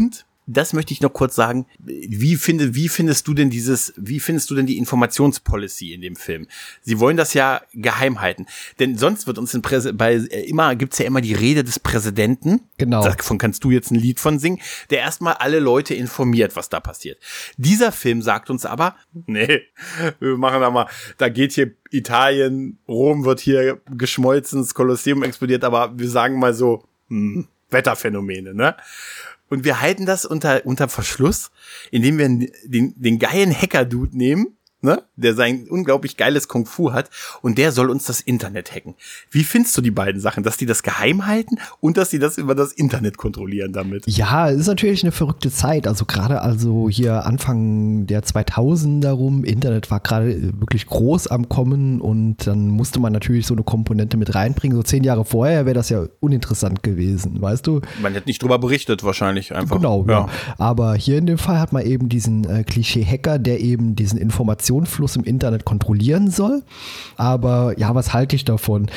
das möchte ich noch kurz sagen. Wie findest du denn die Informationspolicy in dem Film? Sie wollen das ja geheim halten. Denn sonst wird uns gibt's ja immer die Rede des Präsidenten. Genau. Davon kannst du jetzt ein Lied von singen, der erstmal alle Leute informiert, was da passiert. Dieser Film sagt uns aber, nee, wir machen da geht hier Italien, Rom wird hier geschmolzen, das Kolosseum explodiert, aber wir sagen mal so, Wetterphänomene, ne? Und wir halten das unter Verschluss, indem wir den geilen Hacker-Dude nehmen, ne, der sein unglaublich geiles Kung-Fu hat und der soll uns das Internet hacken. Wie findest du die beiden Sachen, dass die das geheim halten und dass sie das über das Internet kontrollieren damit? Ja, es ist natürlich eine verrückte Zeit, also gerade hier Anfang der 2000er rum, Internet war gerade wirklich groß am Kommen und dann musste man natürlich so eine Komponente mit reinbringen, so 10 Jahre vorher wäre das ja uninteressant gewesen, weißt du? Man hätte nicht drüber berichtet wahrscheinlich einfach. Genau, ja. Aber hier in dem Fall hat man eben diesen Klischee-Hacker, der eben diesen Informationsfluss im Internet kontrollieren soll. Aber ja, was halte ich davon?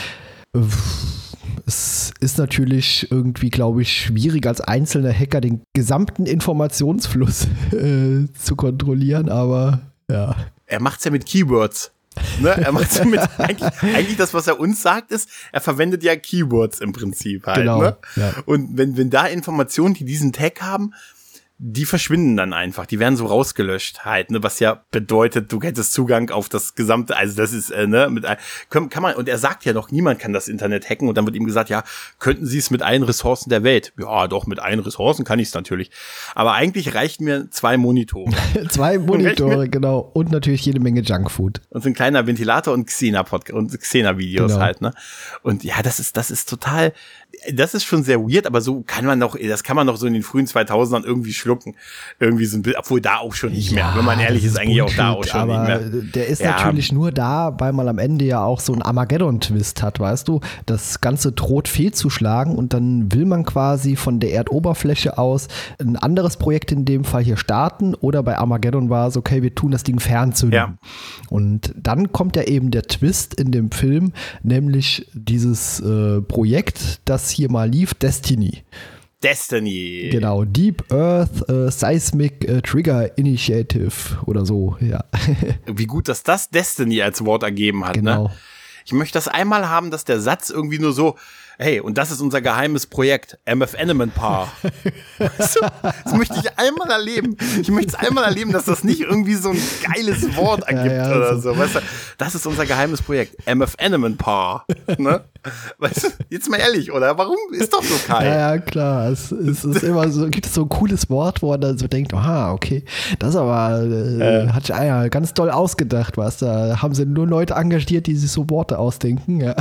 Es ist natürlich irgendwie, glaube ich, schwierig als einzelner Hacker den gesamten Informationsfluss zu kontrollieren, aber ja. Er macht's ja mit Keywords. Ne? Er macht's ja mit eigentlich das, was er uns sagt, ist, er verwendet ja Keywords im Prinzip halt. Genau, ne? Ja. Und wenn da Informationen, die diesen Tag haben, die verschwinden dann einfach, die werden so rausgelöscht halt, ne, was ja bedeutet, du hättest Zugang auf das gesamte, also das ist, kann man, und er sagt ja noch, niemand kann das Internet hacken und dann wird ihm gesagt, ja, könnten Sie es mit allen Ressourcen der Welt? Ja, doch, mit allen Ressourcen kann ich es natürlich. Aber eigentlich reicht mir 2 Monitore. 2 Monitore, genau. Und natürlich jede Menge Junkfood. Und so ein kleiner Ventilator und Xena-Videos genau. Halt, ne? Und ja, das ist total, das ist schon sehr weird, aber so kann man noch so in den frühen 2000ern irgendwie schlucken. Irgendwie so ein Bild, obwohl da auch schon nicht mehr. Wenn man ehrlich ist, eigentlich Bullshit, auch da auch schon aber nicht mehr. Der ist natürlich nur da, weil man am Ende ja auch so einen Armageddon-Twist hat, weißt du? Das Ganze droht fehlzuschlagen und dann will man quasi von der Erdoberfläche aus ein anderes Projekt in dem Fall hier starten oder bei Armageddon war es, okay, wir tun das Ding fernzünden. Ja. Und dann kommt ja eben der Twist in dem Film, nämlich dieses Projekt, das hier mal lief, Destiny. Genau, Deep Earth Seismic Trigger Initiative oder so, ja. Wie gut, dass das Destiny als Wort ergeben hat, genau. Ne? Ich möchte das einmal haben, dass der Satz irgendwie nur so, hey, und das ist unser geheimes Projekt, MF Element Paar. Das möchte ich einmal erleben. Ich möchte es einmal erleben, dass das nicht irgendwie so ein geiles Wort ergibt oder so. Weißt du, das ist unser geheimes Projekt, MF Element Paar. Ne? Weißt du, jetzt mal ehrlich, oder? Warum? Ist doch so geil. Ja, klar. Es ist immer so, gibt es so ein cooles Wort, wo man dann so denkt, aha, okay, das aber hat sich ganz toll ausgedacht, was da haben sie nur Leute engagiert, die sich so Worte ausdenken, ja.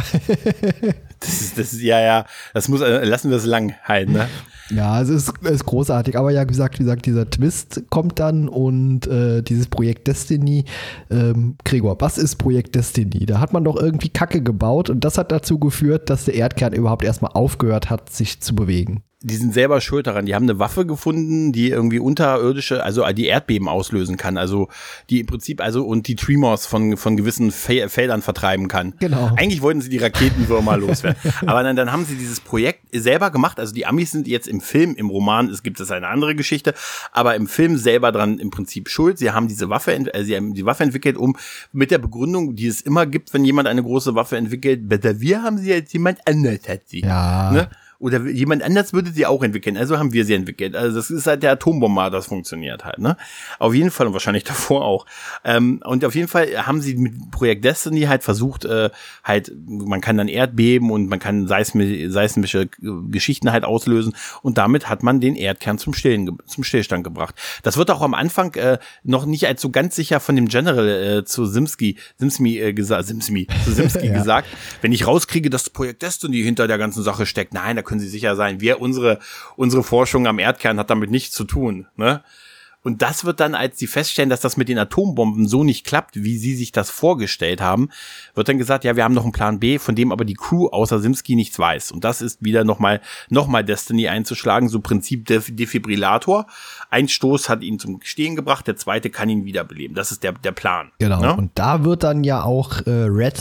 Das muss, lassen wir es lang halten, ne? Ja, es ist großartig, aber ja, wie gesagt, dieser Twist kommt dann und dieses Projekt Destiny, Gregor, was ist Projekt Destiny? Da hat man doch irgendwie Kacke gebaut und das hat dazu geführt, dass der Erdkern überhaupt erstmal aufgehört hat, sich zu bewegen. Die sind selber schuld daran. Die haben eine Waffe gefunden, die irgendwie unterirdische, also die Erdbeben auslösen kann. Also die im Prinzip, und die Tremors von gewissen Feldern vertreiben kann. Genau. Eigentlich wollten sie die Raketenwürmer loswerden. Aber dann haben sie dieses Projekt selber gemacht. Also die Amis sind jetzt im Film, im Roman, gibt es eine andere Geschichte, aber im Film selber dran im Prinzip schuld. Sie haben diese Waffe, sie haben die Waffe entwickelt, um mit der Begründung, die es immer gibt, wenn jemand eine große Waffe entwickelt, besser wir haben sie jetzt, jemand anders hat sie. Ja. Ne? Oder jemand anders würde sie auch entwickeln. Also haben wir sie entwickelt. Also das ist halt der Atombomber, das funktioniert halt, ne? Auf jeden Fall und wahrscheinlich davor auch. Und auf jeden Fall haben sie mit Projekt Destiny halt versucht, man kann dann Erdbeben und man kann seismische Geschichten halt auslösen. Und damit hat man den Erdkern zum Stillstand gebracht. Das wird auch am Anfang noch nicht als so ganz sicher von dem General zu Simsky gesagt. Wenn ich rauskriege, dass Projekt Destiny hinter der ganzen Sache steckt, nein, da können Sie sicher sein, unsere Forschung am Erdkern hat damit nichts zu tun, ne? Und das wird dann, als sie feststellen, dass das mit den Atombomben so nicht klappt, wie sie sich das vorgestellt haben, wird dann gesagt, ja, wir haben noch einen Plan B, von dem aber die Crew außer Simsky nichts weiß. Und das ist wieder nochmal Destiny einzuschlagen, so Prinzip Defibrillator. Ein Stoß hat ihn zum Stehen gebracht, der zweite kann ihn wiederbeleben. Das ist der Plan. Genau. Ne? Und da wird dann ja auch Red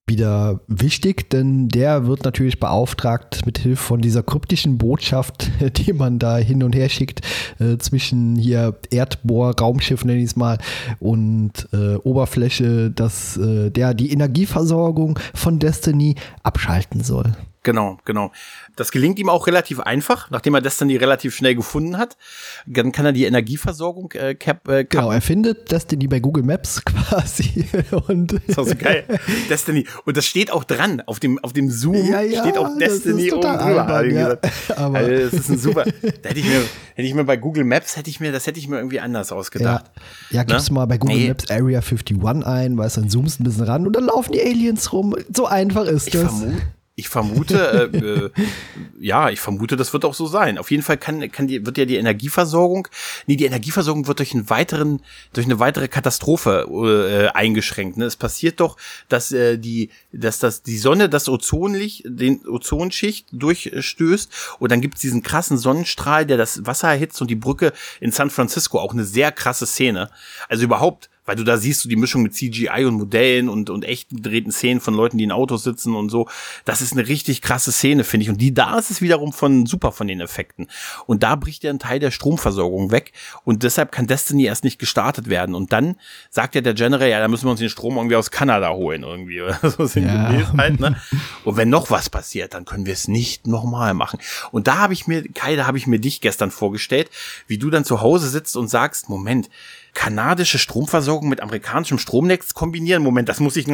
wieder wichtig, denn der wird natürlich beauftragt, mit Hilfe von dieser kryptischen Botschaft, die man da hin und her schickt, zwischen hier Erdbohr-Raumschiff, nenne ich es mal, und Oberfläche, dass der die Energieversorgung von Destiny abschalten soll. Genau. Das gelingt ihm auch relativ einfach, nachdem er Destiny relativ schnell gefunden hat. Dann kann er die Energieversorgung Genau, er findet Destiny bei Google Maps quasi. Und das ist auch so geil. Destiny. Und das steht auch dran. Auf dem Zoom steht auch Destiny oben drüber. Aber das ist ein super. Da hätte ich mir bei Google Maps, das hätte ich mir irgendwie anders ausgedacht. Ja, gibst du mal bei Google Maps Area 51 ein, weißt du, dann zoomst ein bisschen ran und dann laufen die Aliens rum. So einfach ist das. Ich vermute, das wird auch so sein. Auf jeden Fall wird ja die Energieversorgung wird durch eine weitere Katastrophe eingeschränkt. Ne? Es passiert doch, dass die Sonne das den Ozonschicht durchstößt und dann gibt's diesen krassen Sonnenstrahl, der das Wasser erhitzt und die Brücke in San Francisco, auch eine sehr krasse Szene. Also überhaupt, weil du da siehst, die Mischung mit CGI und Modellen und echt gedrehten Szenen von Leuten, die in Autos sitzen und so. Das ist eine richtig krasse Szene, finde ich. Und da ist es wiederum super von den Effekten. Und da bricht ja ein Teil der Stromversorgung weg. Und deshalb kann Destiny erst nicht gestartet werden. Und dann sagt ja der General, ja, da müssen wir uns den Strom irgendwie aus Kanada holen irgendwie. Oder so sinngemäß halt, ne? Und wenn noch was passiert, dann können wir es nicht nochmal machen. Und da habe ich mir dich gestern vorgestellt, wie du dann zu Hause sitzt und sagst, Moment, kanadische Stromversorgung mit amerikanischem Stromnetz kombinieren. Moment, das muss ich.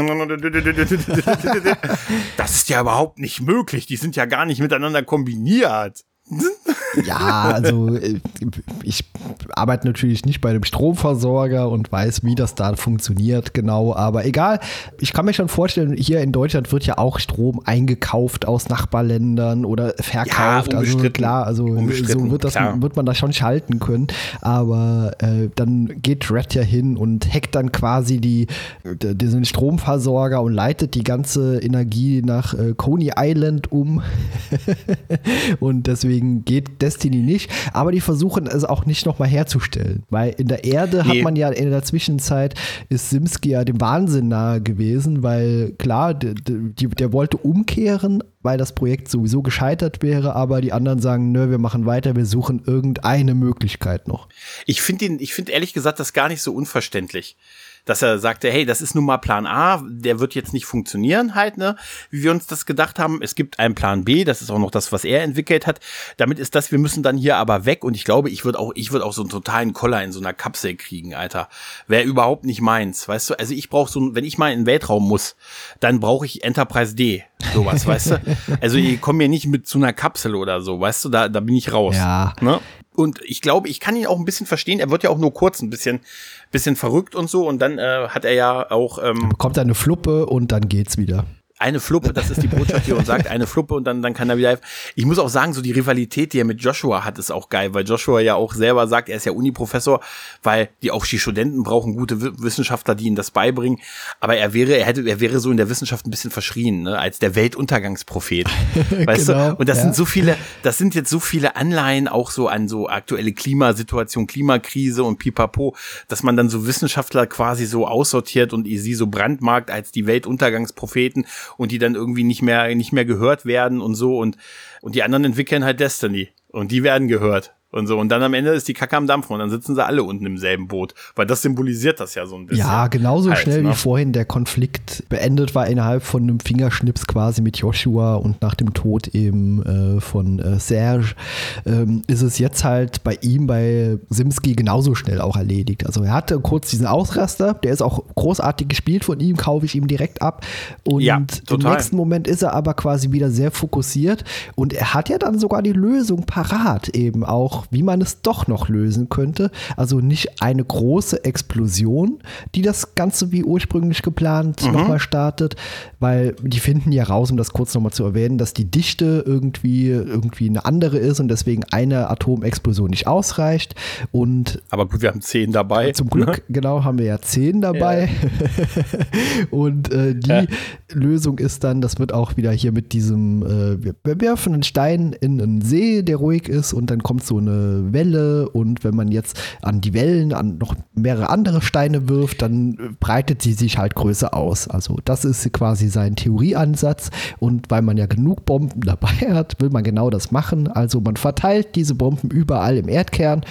Das ist ja überhaupt nicht möglich. Die sind ja gar nicht miteinander kombiniert. Ja, also ich arbeite natürlich nicht bei einem Stromversorger und weiß, wie das da funktioniert genau, aber egal. Ich kann mir schon vorstellen, hier in Deutschland wird ja auch Strom eingekauft aus Nachbarländern oder verkauft. Ja, also klar, also so wird man das schon schalten können, aber dann geht Red ja hin und hackt dann quasi diesen Stromversorger und leitet die ganze Energie nach Coney Island um. Und deswegen geht Destiny nicht, aber die versuchen es auch nicht nochmal herzustellen, weil in der Erde hat man ja in der Zwischenzeit, ist Simski ja dem Wahnsinn nahe gewesen, weil klar, der wollte umkehren, weil das Projekt sowieso gescheitert wäre, aber die anderen sagen, nö, wir machen weiter, wir suchen irgendeine Möglichkeit noch. Ich finde ehrlich gesagt das gar nicht so unverständlich, dass er sagte, hey, das ist nun mal Plan A, der wird jetzt nicht funktionieren halt, ne, wie wir uns das gedacht haben. Es gibt einen Plan B, das ist auch noch das, was er entwickelt hat. Damit ist das, wir müssen dann hier aber weg und ich glaube, ich würde auch so einen totalen Koller in so einer Kapsel kriegen, Alter. Wäre überhaupt nicht meins, weißt du? Also ich brauche wenn ich mal in den Weltraum muss, dann brauche ich Enterprise D, sowas, weißt du? Also ich komme mir nicht mit zu einer Kapsel oder so, weißt du, da bin ich raus. Ja. Ne? Und ich glaube, ich kann ihn auch ein bisschen verstehen. Er wird ja auch nur kurz ein bisschen verrückt und so. Und dann hat er ja auch bekommt er eine Fluppe und dann geht's wieder. Eine Fluppe, das ist die Botschaft, die uns sagt, eine Fluppe und dann kann er wieder helfen. Ich muss auch sagen, so die Rivalität, die er mit Joshua hat, ist auch geil, weil Joshua ja auch selber sagt, er ist ja Uni-Professor, weil die Studenten brauchen gute Wissenschaftler, die ihnen das beibringen. Aber er wäre so in der Wissenschaft ein bisschen verschrien, ne, als der Weltuntergangsprophet. Weißt du? Und das sind jetzt so viele Anleihen auch so an so aktuelle Klimasituation, Klimakrise und Pipapo, dass man dann so Wissenschaftler quasi so aussortiert und sie so brandmarkt als die Weltuntergangspropheten und die dann irgendwie nicht mehr gehört werden und so und die anderen entwickeln halt Destiny und die werden gehört und so und dann am Ende ist die Kacke am Dampfen und dann sitzen sie alle unten im selben Boot, weil das symbolisiert das ja so ein bisschen. Ja, genauso halt, schnell wie vorhin der Konflikt beendet war innerhalb von einem Fingerschnips quasi mit Joshua und nach dem Tod eben von Serge, ist es jetzt halt bei Simski genauso schnell auch erledigt. Also er hatte kurz diesen Ausraster, der ist auch großartig gespielt von ihm, kaufe ich ihm direkt ab und im nächsten Moment ist er aber quasi wieder sehr fokussiert und er hat ja dann sogar die Lösung parat eben auch, wie man es doch noch lösen könnte. Also nicht eine große Explosion, die das Ganze wie ursprünglich geplant nochmal startet, weil die finden ja raus, um das kurz nochmal zu erwähnen, dass die Dichte irgendwie eine andere ist und deswegen eine Atomexplosion nicht ausreicht. Aber gut, wir haben 10 dabei. Zum Glück, genau, haben wir ja 10 dabei. Ja. Und die Lösung ist dann, das wird auch wieder hier mit diesem, wir werfen einen Stein in einen See, der ruhig ist und dann kommt so eine eine Welle und wenn man jetzt an die Wellen an noch mehrere andere Steine wirft, dann breitet sie sich halt größer aus. Also das ist quasi sein Theorieansatz und weil man ja genug Bomben dabei hat, will man genau das machen. Also man verteilt diese Bomben überall im Erdkern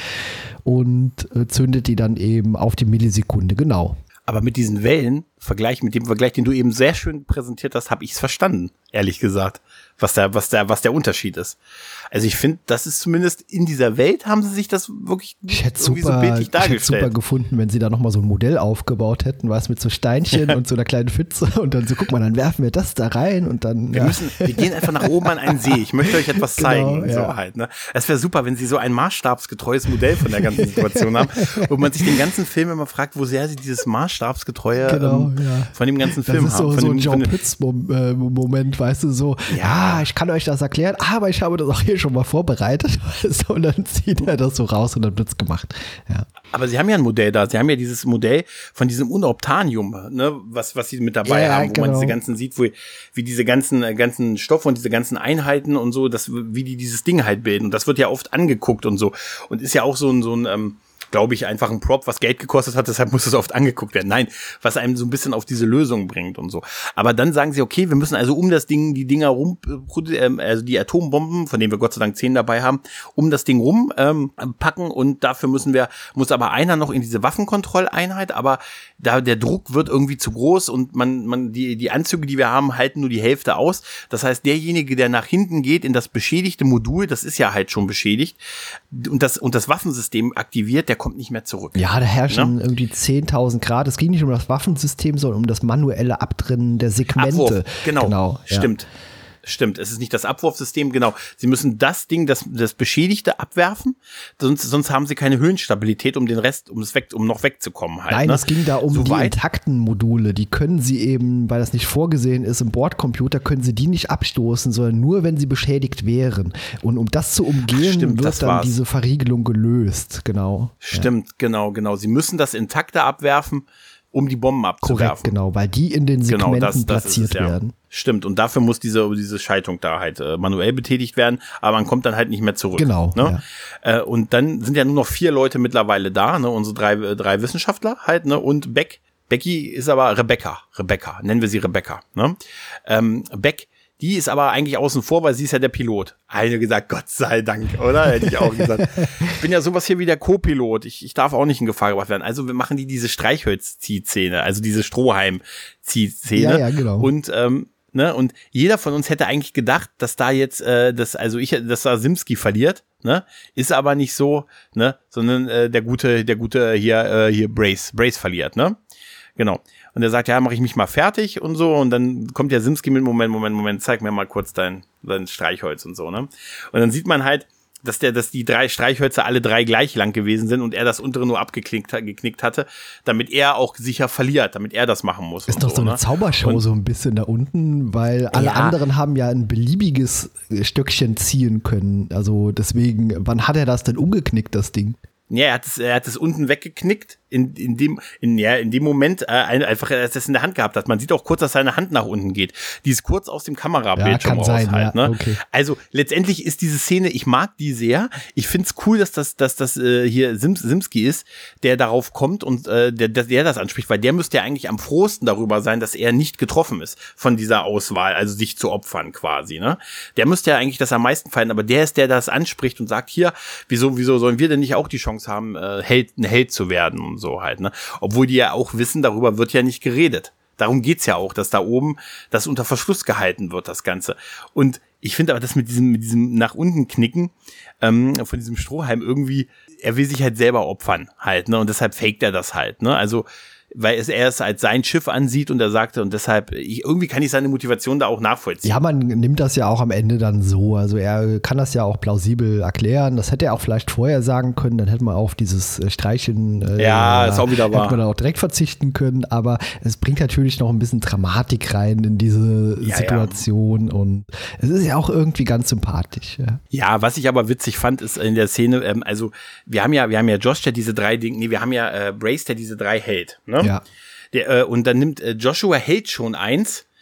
und zündet die dann eben auf die Millisekunde genau. Aber mit diesen Wellen, mit dem Vergleich, den du eben sehr schön präsentiert hast, habe ich es verstanden, ehrlich gesagt, was der Unterschied ist. Also ich finde, das ist zumindest in dieser Welt, haben sie sich das wirklich irgendwie so bildlich dargestellt. Ich hätte super gefunden, wenn sie da nochmal so ein Modell aufgebaut hätten, was mit so Steinchen und so einer kleinen Pfütze und dann so, guck mal, dann werfen wir das da rein und dann. Wir gehen einfach nach oben an einen See. Ich möchte euch etwas zeigen. Ja. So halt, ne? Es wäre super, wenn sie so ein maßstabsgetreues Modell von der ganzen Situation haben, wo man sich den ganzen Film immer fragt, wo sehr sie dieses maßstabsgetreue von dem ganzen Film haben. Das ist so ein Jean Pütz-Moment, weißt du, so, ja, ich kann euch das erklären, aber ich habe das auch hier schon mal vorbereitet. Und dann zieht er das so raus und dann wird's gemacht. Ja. Aber sie haben ja ein Modell da. Sie haben ja dieses Modell von diesem Unobtainium, ne, was sie mit dabei haben, wo man diese ganzen sieht, wie diese ganzen Stoffe und diese ganzen Einheiten und so, wie die dieses Ding halt bilden. Und das wird ja oft angeguckt und so. Und ist ja auch so ein glaube ich, einfach ein Prop, was Geld gekostet hat, deshalb muss es oft angeguckt werden. Nein, was einem so ein bisschen auf diese Lösung bringt und so. Aber dann sagen sie, okay, wir müssen also um das Ding, die Dinger rum, also die Atombomben, von denen wir Gott sei Dank 10 dabei haben, um das Ding rum packen und dafür muss aber einer noch in diese Waffenkontrolleinheit, aber da der Druck wird irgendwie zu groß und die Anzüge, die wir haben, halten nur die Hälfte aus. Das heißt, derjenige, der nach hinten geht in das beschädigte Modul, das ist ja halt schon beschädigt, und das Waffensystem aktiviert, der kommt nicht mehr zurück. Ja, da herrschen irgendwie 10.000 Grad. Es ging nicht um das Waffensystem, sondern um das manuelle Abtrennen der Segmente. Abwurf. Genau. Stimmt. Stimmt, es ist nicht das Abwurfsystem, genau. Sie müssen das Ding, das Beschädigte abwerfen, sonst haben sie keine Höhenstabilität, um den Rest, um noch wegzukommen halt. Nein, es ging da um die intakten Module, die können sie eben, weil das nicht vorgesehen ist im Bordcomputer, können sie die nicht abstoßen, sondern nur, wenn sie beschädigt wären. Und um das zu umgehen, wird dann diese Verriegelung gelöst, genau. Stimmt, genau. Sie müssen das Intakte abwerfen, um die Bomben abzuwerfen. Korrekt, genau, weil die in den Segmenten platziert werden. Stimmt, und dafür muss diese Schaltung da halt manuell betätigt werden, aber man kommt dann halt nicht mehr zurück. Genau. Ne? Ja. Und dann sind ja nur noch 4 Leute mittlerweile da, ne? Unsere drei Wissenschaftler halt, ne? Und Becky ist aber Rebecca, nennen wir sie Rebecca. Ne? Beck, die ist aber eigentlich außen vor, weil sie ist ja der Pilot. Eine gesagt, Gott sei Dank, oder? Hätte ich auch gesagt. Ich bin ja sowas hier wie der Co-Pilot. Ich darf auch nicht in Gefahr gebracht werden. Also wir machen diese Streichholz-Ziehszene, also diese Strohhalm-Ziehszene. Ja, genau. Und jeder von uns hätte eigentlich gedacht, dass da jetzt, dass da Simski verliert, ne? Ist aber nicht so, ne? Sondern der gute hier Brace verliert, ne? Genau. Und er sagt, ja, mache ich mich mal fertig und so. Und dann kommt der Simski mit, Moment, zeig mir mal kurz dein Streichholz und so, ne? Und dann sieht man halt, dass die 3 Streichhölzer alle 3 gleich lang gewesen sind und er das untere nur geknickt hatte, damit er auch sicher verliert, damit er das machen muss. Ist doch so eine Zaubershow so ein bisschen da unten, weil alle anderen haben ja ein beliebiges Stöckchen ziehen können. Also deswegen, wann hat er das denn umgeknickt, das Ding? Ja, er hat es unten weggeknickt, in dem Moment einfach, als er es in der Hand gehabt hat. Man sieht auch kurz, dass seine Hand nach unten geht. Die ist kurz aus dem Kamerabildschirm raus halt, ne? Okay. Also letztendlich ist diese Szene, ich mag die sehr. Ich find's cool, dass das hier Simski ist, der darauf kommt und der das anspricht, weil der müsste ja eigentlich am frohsten darüber sein, dass er nicht getroffen ist von dieser Auswahl, also sich zu opfern quasi, ne? Der müsste ja eigentlich das am meisten feiern, aber der ist, der das anspricht und sagt, hier, wieso sollen wir denn nicht auch die Chance haben, ein Held zu werden und so halt, ne? Obwohl die ja auch wissen, darüber wird ja nicht geredet. Darum geht's ja auch, dass da oben das unter Verschluss gehalten wird, das Ganze. Und ich finde aber das mit diesem nach unten knicken von diesem Strohhalm irgendwie, er will sich halt selber opfern halt, ne? Und deshalb faked er das halt, ne? Also weil er es als sein Schiff ansieht und er sagte, und deshalb, irgendwie kann ich seine Motivation da auch nachvollziehen. Ja, man nimmt das ja auch am Ende dann so, also er kann das ja auch plausibel erklären, das hätte er auch vielleicht vorher sagen können, dann hätte man auf dieses Streichen ist auch wieder wahr. Hätte man auch direkt verzichten können, aber es bringt natürlich noch ein bisschen Dramatik rein in diese Situation und es ist ja auch irgendwie ganz sympathisch. Ja, was ich aber witzig fand, ist in der Szene, also wir haben ja Josh, der diese 3 Dinge, wir haben ja Brace, der diese 3 hält, ne? Ja. Und dann nimmt Joshua hält schon eins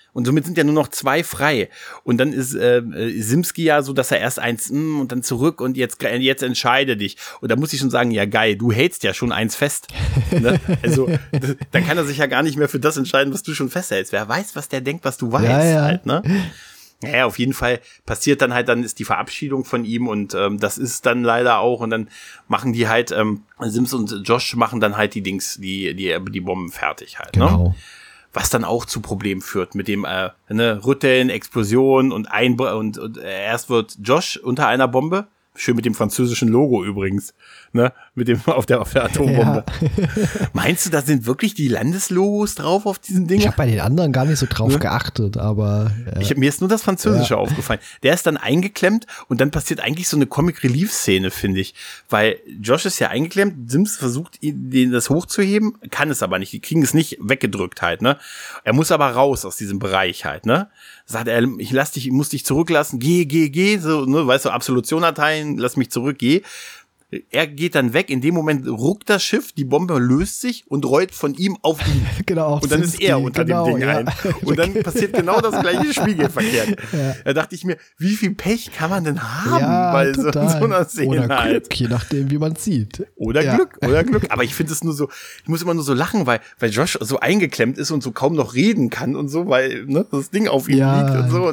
Und somit sind ja nur noch 2 frei. Und dann ist Simski ja so, dass er erst eins und dann zurück und jetzt entscheide dich. Und da muss ich schon sagen, ja geil, du hältst ja schon eins fest. Ne? Also dann kann er sich ja gar nicht mehr für das entscheiden, was du schon festhältst. Wer weiß, was der denkt, was du weißt halt, ne? Naja, auf jeden Fall passiert dann halt, dann ist die Verabschiedung von ihm und das ist dann leider auch und dann machen die halt, Sims und Josh machen dann halt die Bomben fertig halt, genau. Ne? Was dann auch zu Problemen führt mit dem Rütteln, Explosion und erst wird Josh unter einer Bombe, schön mit dem französischen Logo übrigens, ne, mit dem auf der Atombombe. Ja. Meinst du, da sind wirklich die Landeslogos drauf auf diesen Dingen? Ich habe bei den anderen gar nicht so drauf geachtet, aber mir ist nur das Französische aufgefallen. Der ist dann eingeklemmt und dann passiert eigentlich so eine Comic-Relief-Szene, finde ich, weil Josh ist ja eingeklemmt, Sims versucht, das hochzuheben, kann es aber nicht, die kriegen es nicht weggedrückt halt, ne. Er muss aber raus aus diesem Bereich halt, ne. Sagt er, ich muss dich zurücklassen, geh, so, ne, weißt du, Absolution erteilen, lass mich zurück, geh. Er geht dann weg, in dem Moment ruckt das Schiff, die Bombe löst sich und rollt von ihm auf ihn. Genau, und dann ist er unter dem Ding ein. Und dann passiert genau das gleiche spiegelverkehrt. Ja. Da dachte ich mir, wie viel Pech kann man denn haben bei so einer Szene? Oder Glück, je nachdem, wie man sieht. Oder Glück. Aber ich finde es nur so, ich muss immer nur so lachen, weil Josh so eingeklemmt ist und so kaum noch reden kann und so, weil das Ding auf ihm liegt und so.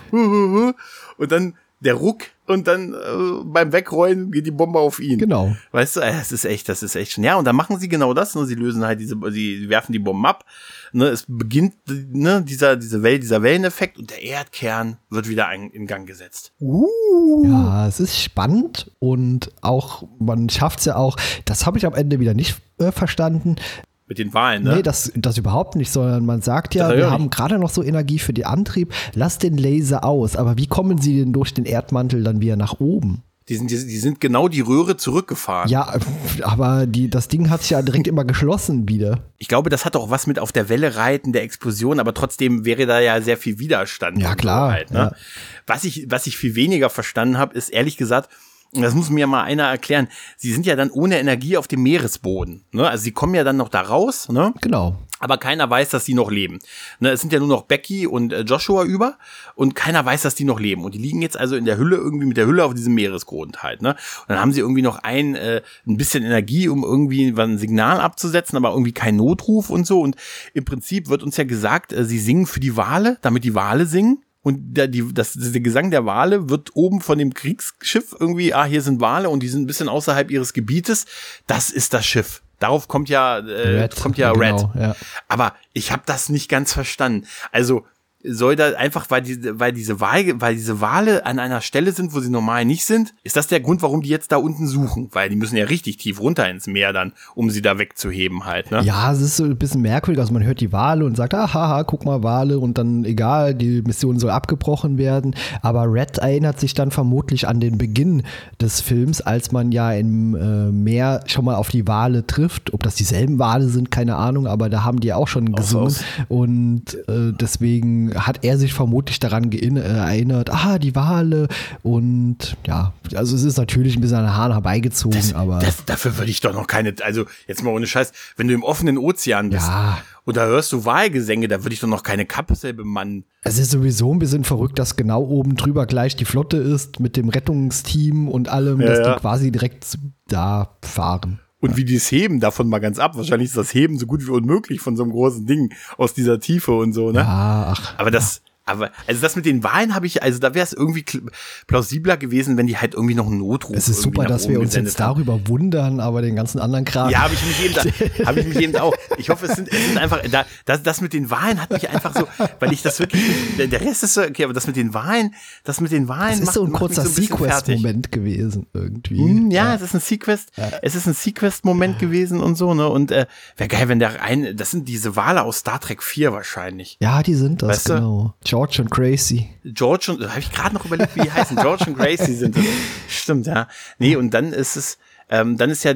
Und dann der Ruck und dann beim Wegrollen geht die Bombe auf ihn. Genau. Weißt du, das ist echt schon. Ja, und dann machen sie genau das, ne? Sie lösen halt sie werfen die Bomben ab, ne? Es beginnt, ne, dieser Welleneffekt und der Erdkern wird wieder in Gang gesetzt. Ja, es ist spannend und auch, man schafft es ja auch, das habe ich am Ende wieder nicht verstanden. Mit den Wahlen, ne? Nee, das überhaupt nicht, sondern man sagt ja, wir haben gerade noch so Energie für den Antrieb, lass den Laser aus, aber wie kommen sie denn durch den Erdmantel dann wieder nach oben? Die sind genau die Röhre zurückgefahren. Ja, aber das Ding hat sich ja direkt immer geschlossen wieder. Ich glaube, das hat auch was mit auf der Welle reiten, der Explosion, aber trotzdem wäre da ja sehr viel Widerstand. Ja, klar. So halt, ne? Ja. Was ich viel weniger verstanden habe, ist ehrlich gesagt, das muss mir mal einer erklären, sie sind ja dann ohne Energie auf dem Meeresboden. Ne? Also sie kommen ja dann noch da raus. Ne? Genau. Aber keiner weiß, dass die noch leben. Ne, es sind ja nur noch Becky und Joshua über und keiner weiß, dass die noch leben. Und die liegen jetzt also in der Hülle, irgendwie mit der Hülle auf diesem Meeresgrund halt. Ne? Und dann haben sie irgendwie noch ein bisschen Energie, um irgendwie ein Signal abzusetzen, aber irgendwie kein Notruf und so. Und im Prinzip wird uns ja gesagt, sie singen für die Wale, damit die Wale singen. Und der Gesang der Wale wird oben von dem Kriegsschiff irgendwie, hier sind Wale und die sind ein bisschen außerhalb ihres Gebietes. Das ist das Schiff. Darauf kommt ja Red. Genau, ja. Aber ich habe das nicht ganz verstanden. Also soll da einfach, weil diese Wale an einer Stelle sind, wo sie normal nicht sind, ist das der Grund, warum die jetzt da unten suchen? Weil die müssen ja richtig tief runter ins Meer dann, um sie da wegzuheben halt, ne? Ja, es ist so ein bisschen merkwürdig. Also man hört die Wale und sagt, haha, guck mal, Wale und dann egal, die Mission soll abgebrochen werden. Aber Red erinnert sich dann vermutlich an den Beginn des Films, als man ja im Meer schon mal auf die Wale trifft. Ob das dieselben Wale sind, keine Ahnung, aber da haben die auch schon gesungen. Und deswegen hat er sich vermutlich daran erinnert, die Wale und ja, also es ist natürlich ein bisschen an den Haaren herbeigezogen, aber dafür würde ich doch noch keine, also jetzt mal ohne Scheiß, wenn du im offenen Ozean bist und da hörst du Walgesänge, da würde ich doch noch keine Kapsel bemannen. Es ist sowieso ein bisschen verrückt, dass genau oben drüber gleich die Flotte ist mit dem Rettungsteam und allem, dass die quasi direkt da fahren. Und wie die es heben, davon mal ganz ab. Wahrscheinlich ist das Heben so gut wie unmöglich von so einem großen Ding aus dieser Tiefe und so, ne? Ja, Aber das mit den Wahlen da wäre es irgendwie plausibler gewesen, wenn die halt irgendwie noch einen Notruf. Es ist super, dass wir uns jetzt darüber wundern, aber den ganzen anderen Kram. Ja, habe ich mich eben auch. Ich hoffe, es sind einfach, das mit den Wahlen hat mich einfach so, weil ich das wirklich, der Rest ist so, okay, aber das mit den Wahlen. Das ist so ein kurzer Sequest-Moment gewesen, irgendwie. Ja, es ist ein Sequest-Moment gewesen und so, ne, und, wäre geil, wenn das sind diese Wale aus Star Trek 4 wahrscheinlich. Ja, die sind das, weißt genau. George und Gracie. Da habe ich gerade noch überlegt, wie die heißen. George und Gracie sind das. Stimmt, ja. Nee, und dann ist es, dann ist ja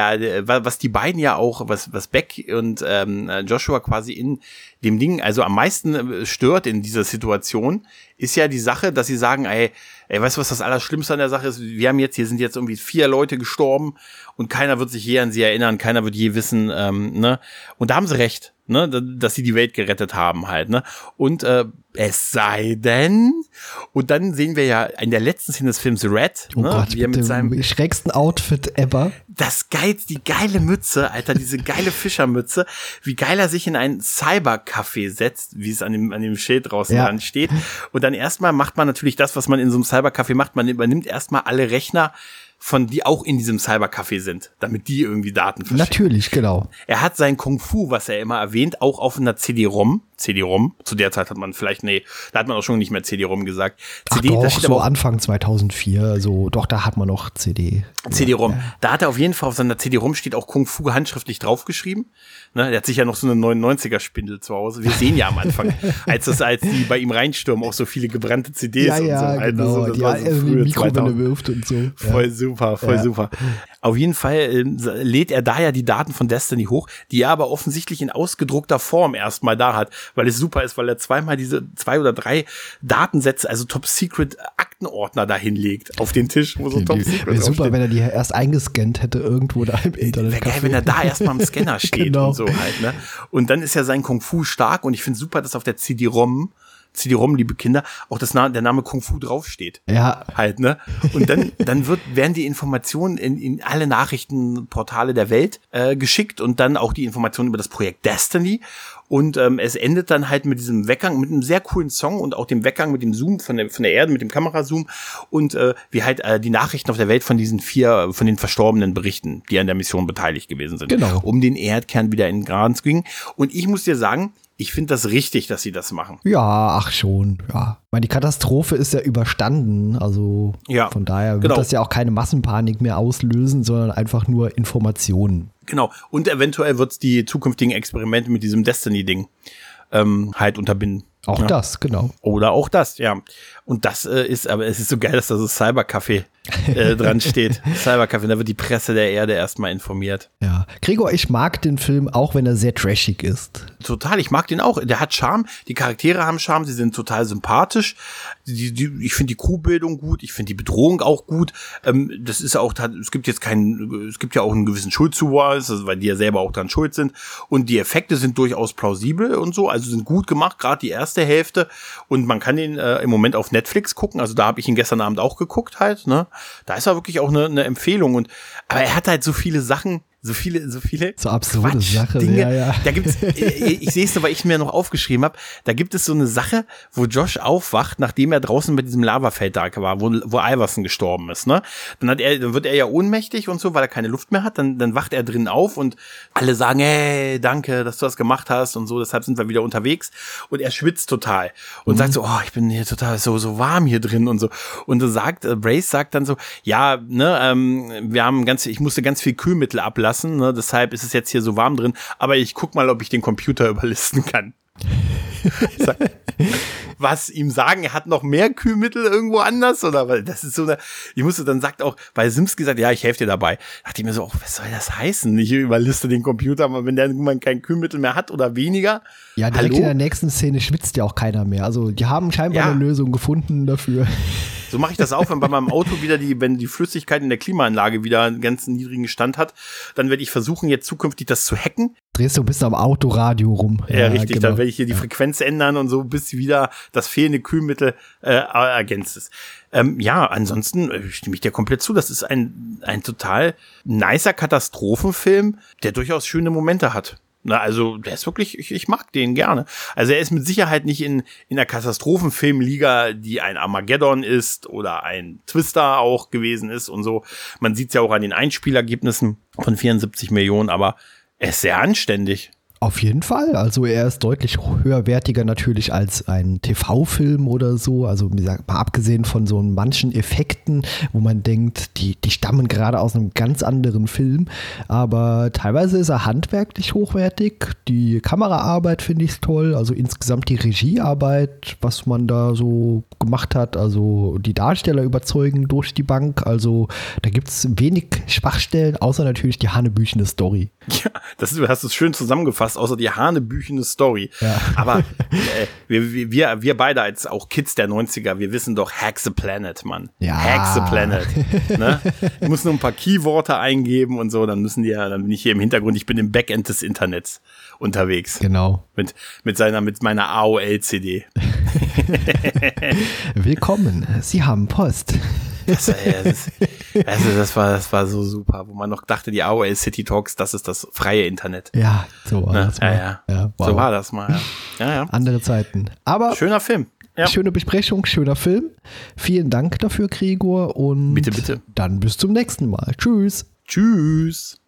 was die beiden ja auch, was Beck und Joshua quasi in dem Ding, also am meisten stört in dieser Situation, ist ja die Sache, dass sie sagen, ey, weißt du, was das Allerschlimmste an der Sache ist? Hier sind jetzt irgendwie 4 Leute gestorben und keiner wird sich je an sie erinnern, keiner wird je wissen, ne? Und da haben sie recht. ne, dass sie die Welt gerettet haben halt, ne? Und es sei denn, und dann sehen wir ja in der letzten Szene des Films Red, oh ne, Gott, wie er mit seinem schrägsten Outfit ever. Die geile Mütze, Alter, diese geile Fischermütze, wie geil er sich in ein Cybercafé setzt, wie es an dem Schild draußen dran steht. Und dann erstmal macht man natürlich das, was man in so einem Cybercafé macht, man übernimmt erstmal alle Rechner, die auch in diesem Cybercafé sind, damit die irgendwie Daten verschicken. Natürlich, genau. Er hat sein Kung Fu, was er immer erwähnt, auch auf einer CD-ROM. Zu der Zeit hat man vielleicht, da hat man auch schon nicht mehr CD-ROM gesagt. CD, doch, das steht so aber Anfang 2004, so, doch, da hat man noch CD-ROM. Ja. Da hat er auf jeden Fall auf seiner CD-ROM steht auch Kung Fu handschriftlich draufgeschrieben. Ne, der hat sich ja noch so eine 99er-Spindel zu Hause. Wir sehen ja am Anfang, als die bei ihm reinstürmen, auch so viele gebrannte CDs und so. Ja, genau, also, die irgendwie Mikrowelle wirft und so. Voll super. Auf jeden Fall lädt er da ja die Daten von Destiny hoch, die er aber offensichtlich in ausgedruckter Form erstmal da hat, weil es super ist, weil er zweimal diese 2 oder 3 Datensätze, also Top-Secret-Aktenordner da hinlegt auf den Tisch, wo so Top-Secret wäre super, wenn er die erst eingescannt hätte irgendwo da im Internet. Wäre geil, wenn er da erstmal am Scanner steht genau. Und so halt, ne? Und dann ist ja sein Kung Fu stark und ich finde super, dass auf der CD-ROM, liebe Kinder, auch der Name Kung Fu draufsteht. Ja. Halt, ne? Und dann werden die Informationen in alle Nachrichtenportale der Welt geschickt und dann auch die Informationen über das Projekt Destiny. Und es endet dann halt mit diesem Weggang, mit einem sehr coolen Song und auch dem Weggang mit dem Zoom von der Erde, mit dem Kamerazoom und wie halt die Nachrichten auf der Welt von diesen 4, von den Verstorbenen berichten, die an der Mission beteiligt gewesen sind. Genau. Um den Erdkern wieder in den Graben zu bringen. Und ich muss dir sagen, ich finde das richtig, dass sie das machen. Ja, ach schon, ja. Ich meine, die Katastrophe ist ja überstanden, also von daher wird das ja auch keine Massenpanik mehr auslösen, sondern einfach nur Informationen. Genau, und eventuell wird es die zukünftigen Experimente mit diesem Destiny-Ding halt unterbinden. Auch das, genau. Oder auch das, ja. Und das aber es ist so geil, dass da so Cybercafé dran steht. Cybercafé, da wird die Presse der Erde erstmal informiert. Ja. Gregor, ich mag den Film, auch wenn er sehr trashig ist. Total, ich mag den auch. Der hat Charme, die Charaktere haben Charme, sie sind total sympathisch. Ich finde die Crewbildung gut, ich finde die Bedrohung auch gut. Das ist auch, es gibt ja auch einen gewissen Schuldzuweis, also, weil die ja selber auch dran schuld sind. Und die Effekte sind durchaus plausibel und so, also sind gut gemacht, gerade die erste Hälfte. Und man kann den im Moment auf Netflix gucken, also da habe ich ihn gestern Abend auch geguckt halt, ne? Da ist er wirklich auch eine Empfehlung aber er hat halt so viele Sachen, so viele so absurde Sachen, ja. Da gibt's, ich sehe es so, weil ich mir noch aufgeschrieben habe, da gibt es so eine Sache, wo Josh aufwacht, nachdem er draußen bei diesem Lavafeld da war, wo Iverson gestorben ist, ne? Dann wird er ja ohnmächtig und so, weil er keine Luft mehr hat, dann wacht er drin auf und alle sagen, hey, danke, dass du das gemacht hast und so, deshalb sind wir wieder unterwegs und er schwitzt total und sagt so, oh, ich bin hier total so warm hier drin und so und Brace sagt dann so, ja, ne, ich musste ganz viel Kühlmittel ablassen, ne, deshalb ist es jetzt hier so warm drin, aber ich guck mal, ob ich den Computer überlisten kann. Was ihm sagen, er hat noch mehr Kühlmittel irgendwo anders oder weil das ist so sagt auch, weil Simski sagt, ja, ich helfe dir dabei. Dachte ich mir so, oh, was soll das heißen? Ich überliste den Computer, aber wenn der irgendwann kein Kühlmittel mehr hat oder weniger. Ja, direkt in der nächsten Szene schwitzt ja auch keiner mehr. Also die haben scheinbar eine Lösung gefunden dafür. So mache ich das auch, wenn bei meinem Auto wenn die Flüssigkeit in der Klimaanlage wieder einen ganz niedrigen Stand hat, dann werde ich versuchen, jetzt zukünftig das zu hacken. Drehst du bis am Autoradio rum. Ja, richtig, genau. Dann werde ich hier die Frequenz ändern und so, bis wieder das fehlende Kühlmittel ergänzt ist. Ansonsten stimme ich dir komplett zu. Das ist ein total nicer Katastrophenfilm, der durchaus schöne Momente hat. Na, also der ist wirklich, ich mag den gerne. Also er ist mit Sicherheit nicht in der Katastrophenfilmliga, die ein Armageddon ist oder ein Twister auch gewesen ist und so. Man sieht es ja auch an den Einspielergebnissen von 74 Millionen, aber er ist sehr anständig. Auf jeden Fall. Also er ist deutlich höherwertiger natürlich als ein TV-Film oder so. Also wie gesagt, mal abgesehen von so manchen Effekten, wo man denkt, die stammen gerade aus einem ganz anderen Film. Aber teilweise ist er handwerklich hochwertig. Die Kameraarbeit finde ich toll. Also insgesamt die Regiearbeit, was man da so gemacht hat. Also die Darsteller überzeugen durch die Bank. Also da gibt es wenig Schwachstellen, außer natürlich die hanebüchene Story. Ja, hast du schön zusammengefasst. hast, außer die hanebüchene Story. Ja. Aber wir beide als auch Kids der 90er, wir wissen doch Hack the Planet, Mann. Ja. Hack the Planet. Ne? Ich muss nur ein paar Keyworte eingeben und so, dann bin ich hier im Hintergrund, ich bin im Backend des Internets unterwegs. Genau. Mit meiner AOL-CD. Willkommen, Sie haben Post. Das war so super, wo man noch dachte, die AOL City Talks, das ist das freie Internet. Ja, so war das mal. Ja, wow. So war das mal. Ja. Andere Zeiten. Aber schöner Film. Ja. Schöne Besprechung, schöner Film. Vielen Dank dafür, Gregor. Und bitte. Dann bis zum nächsten Mal. Tschüss. Tschüss.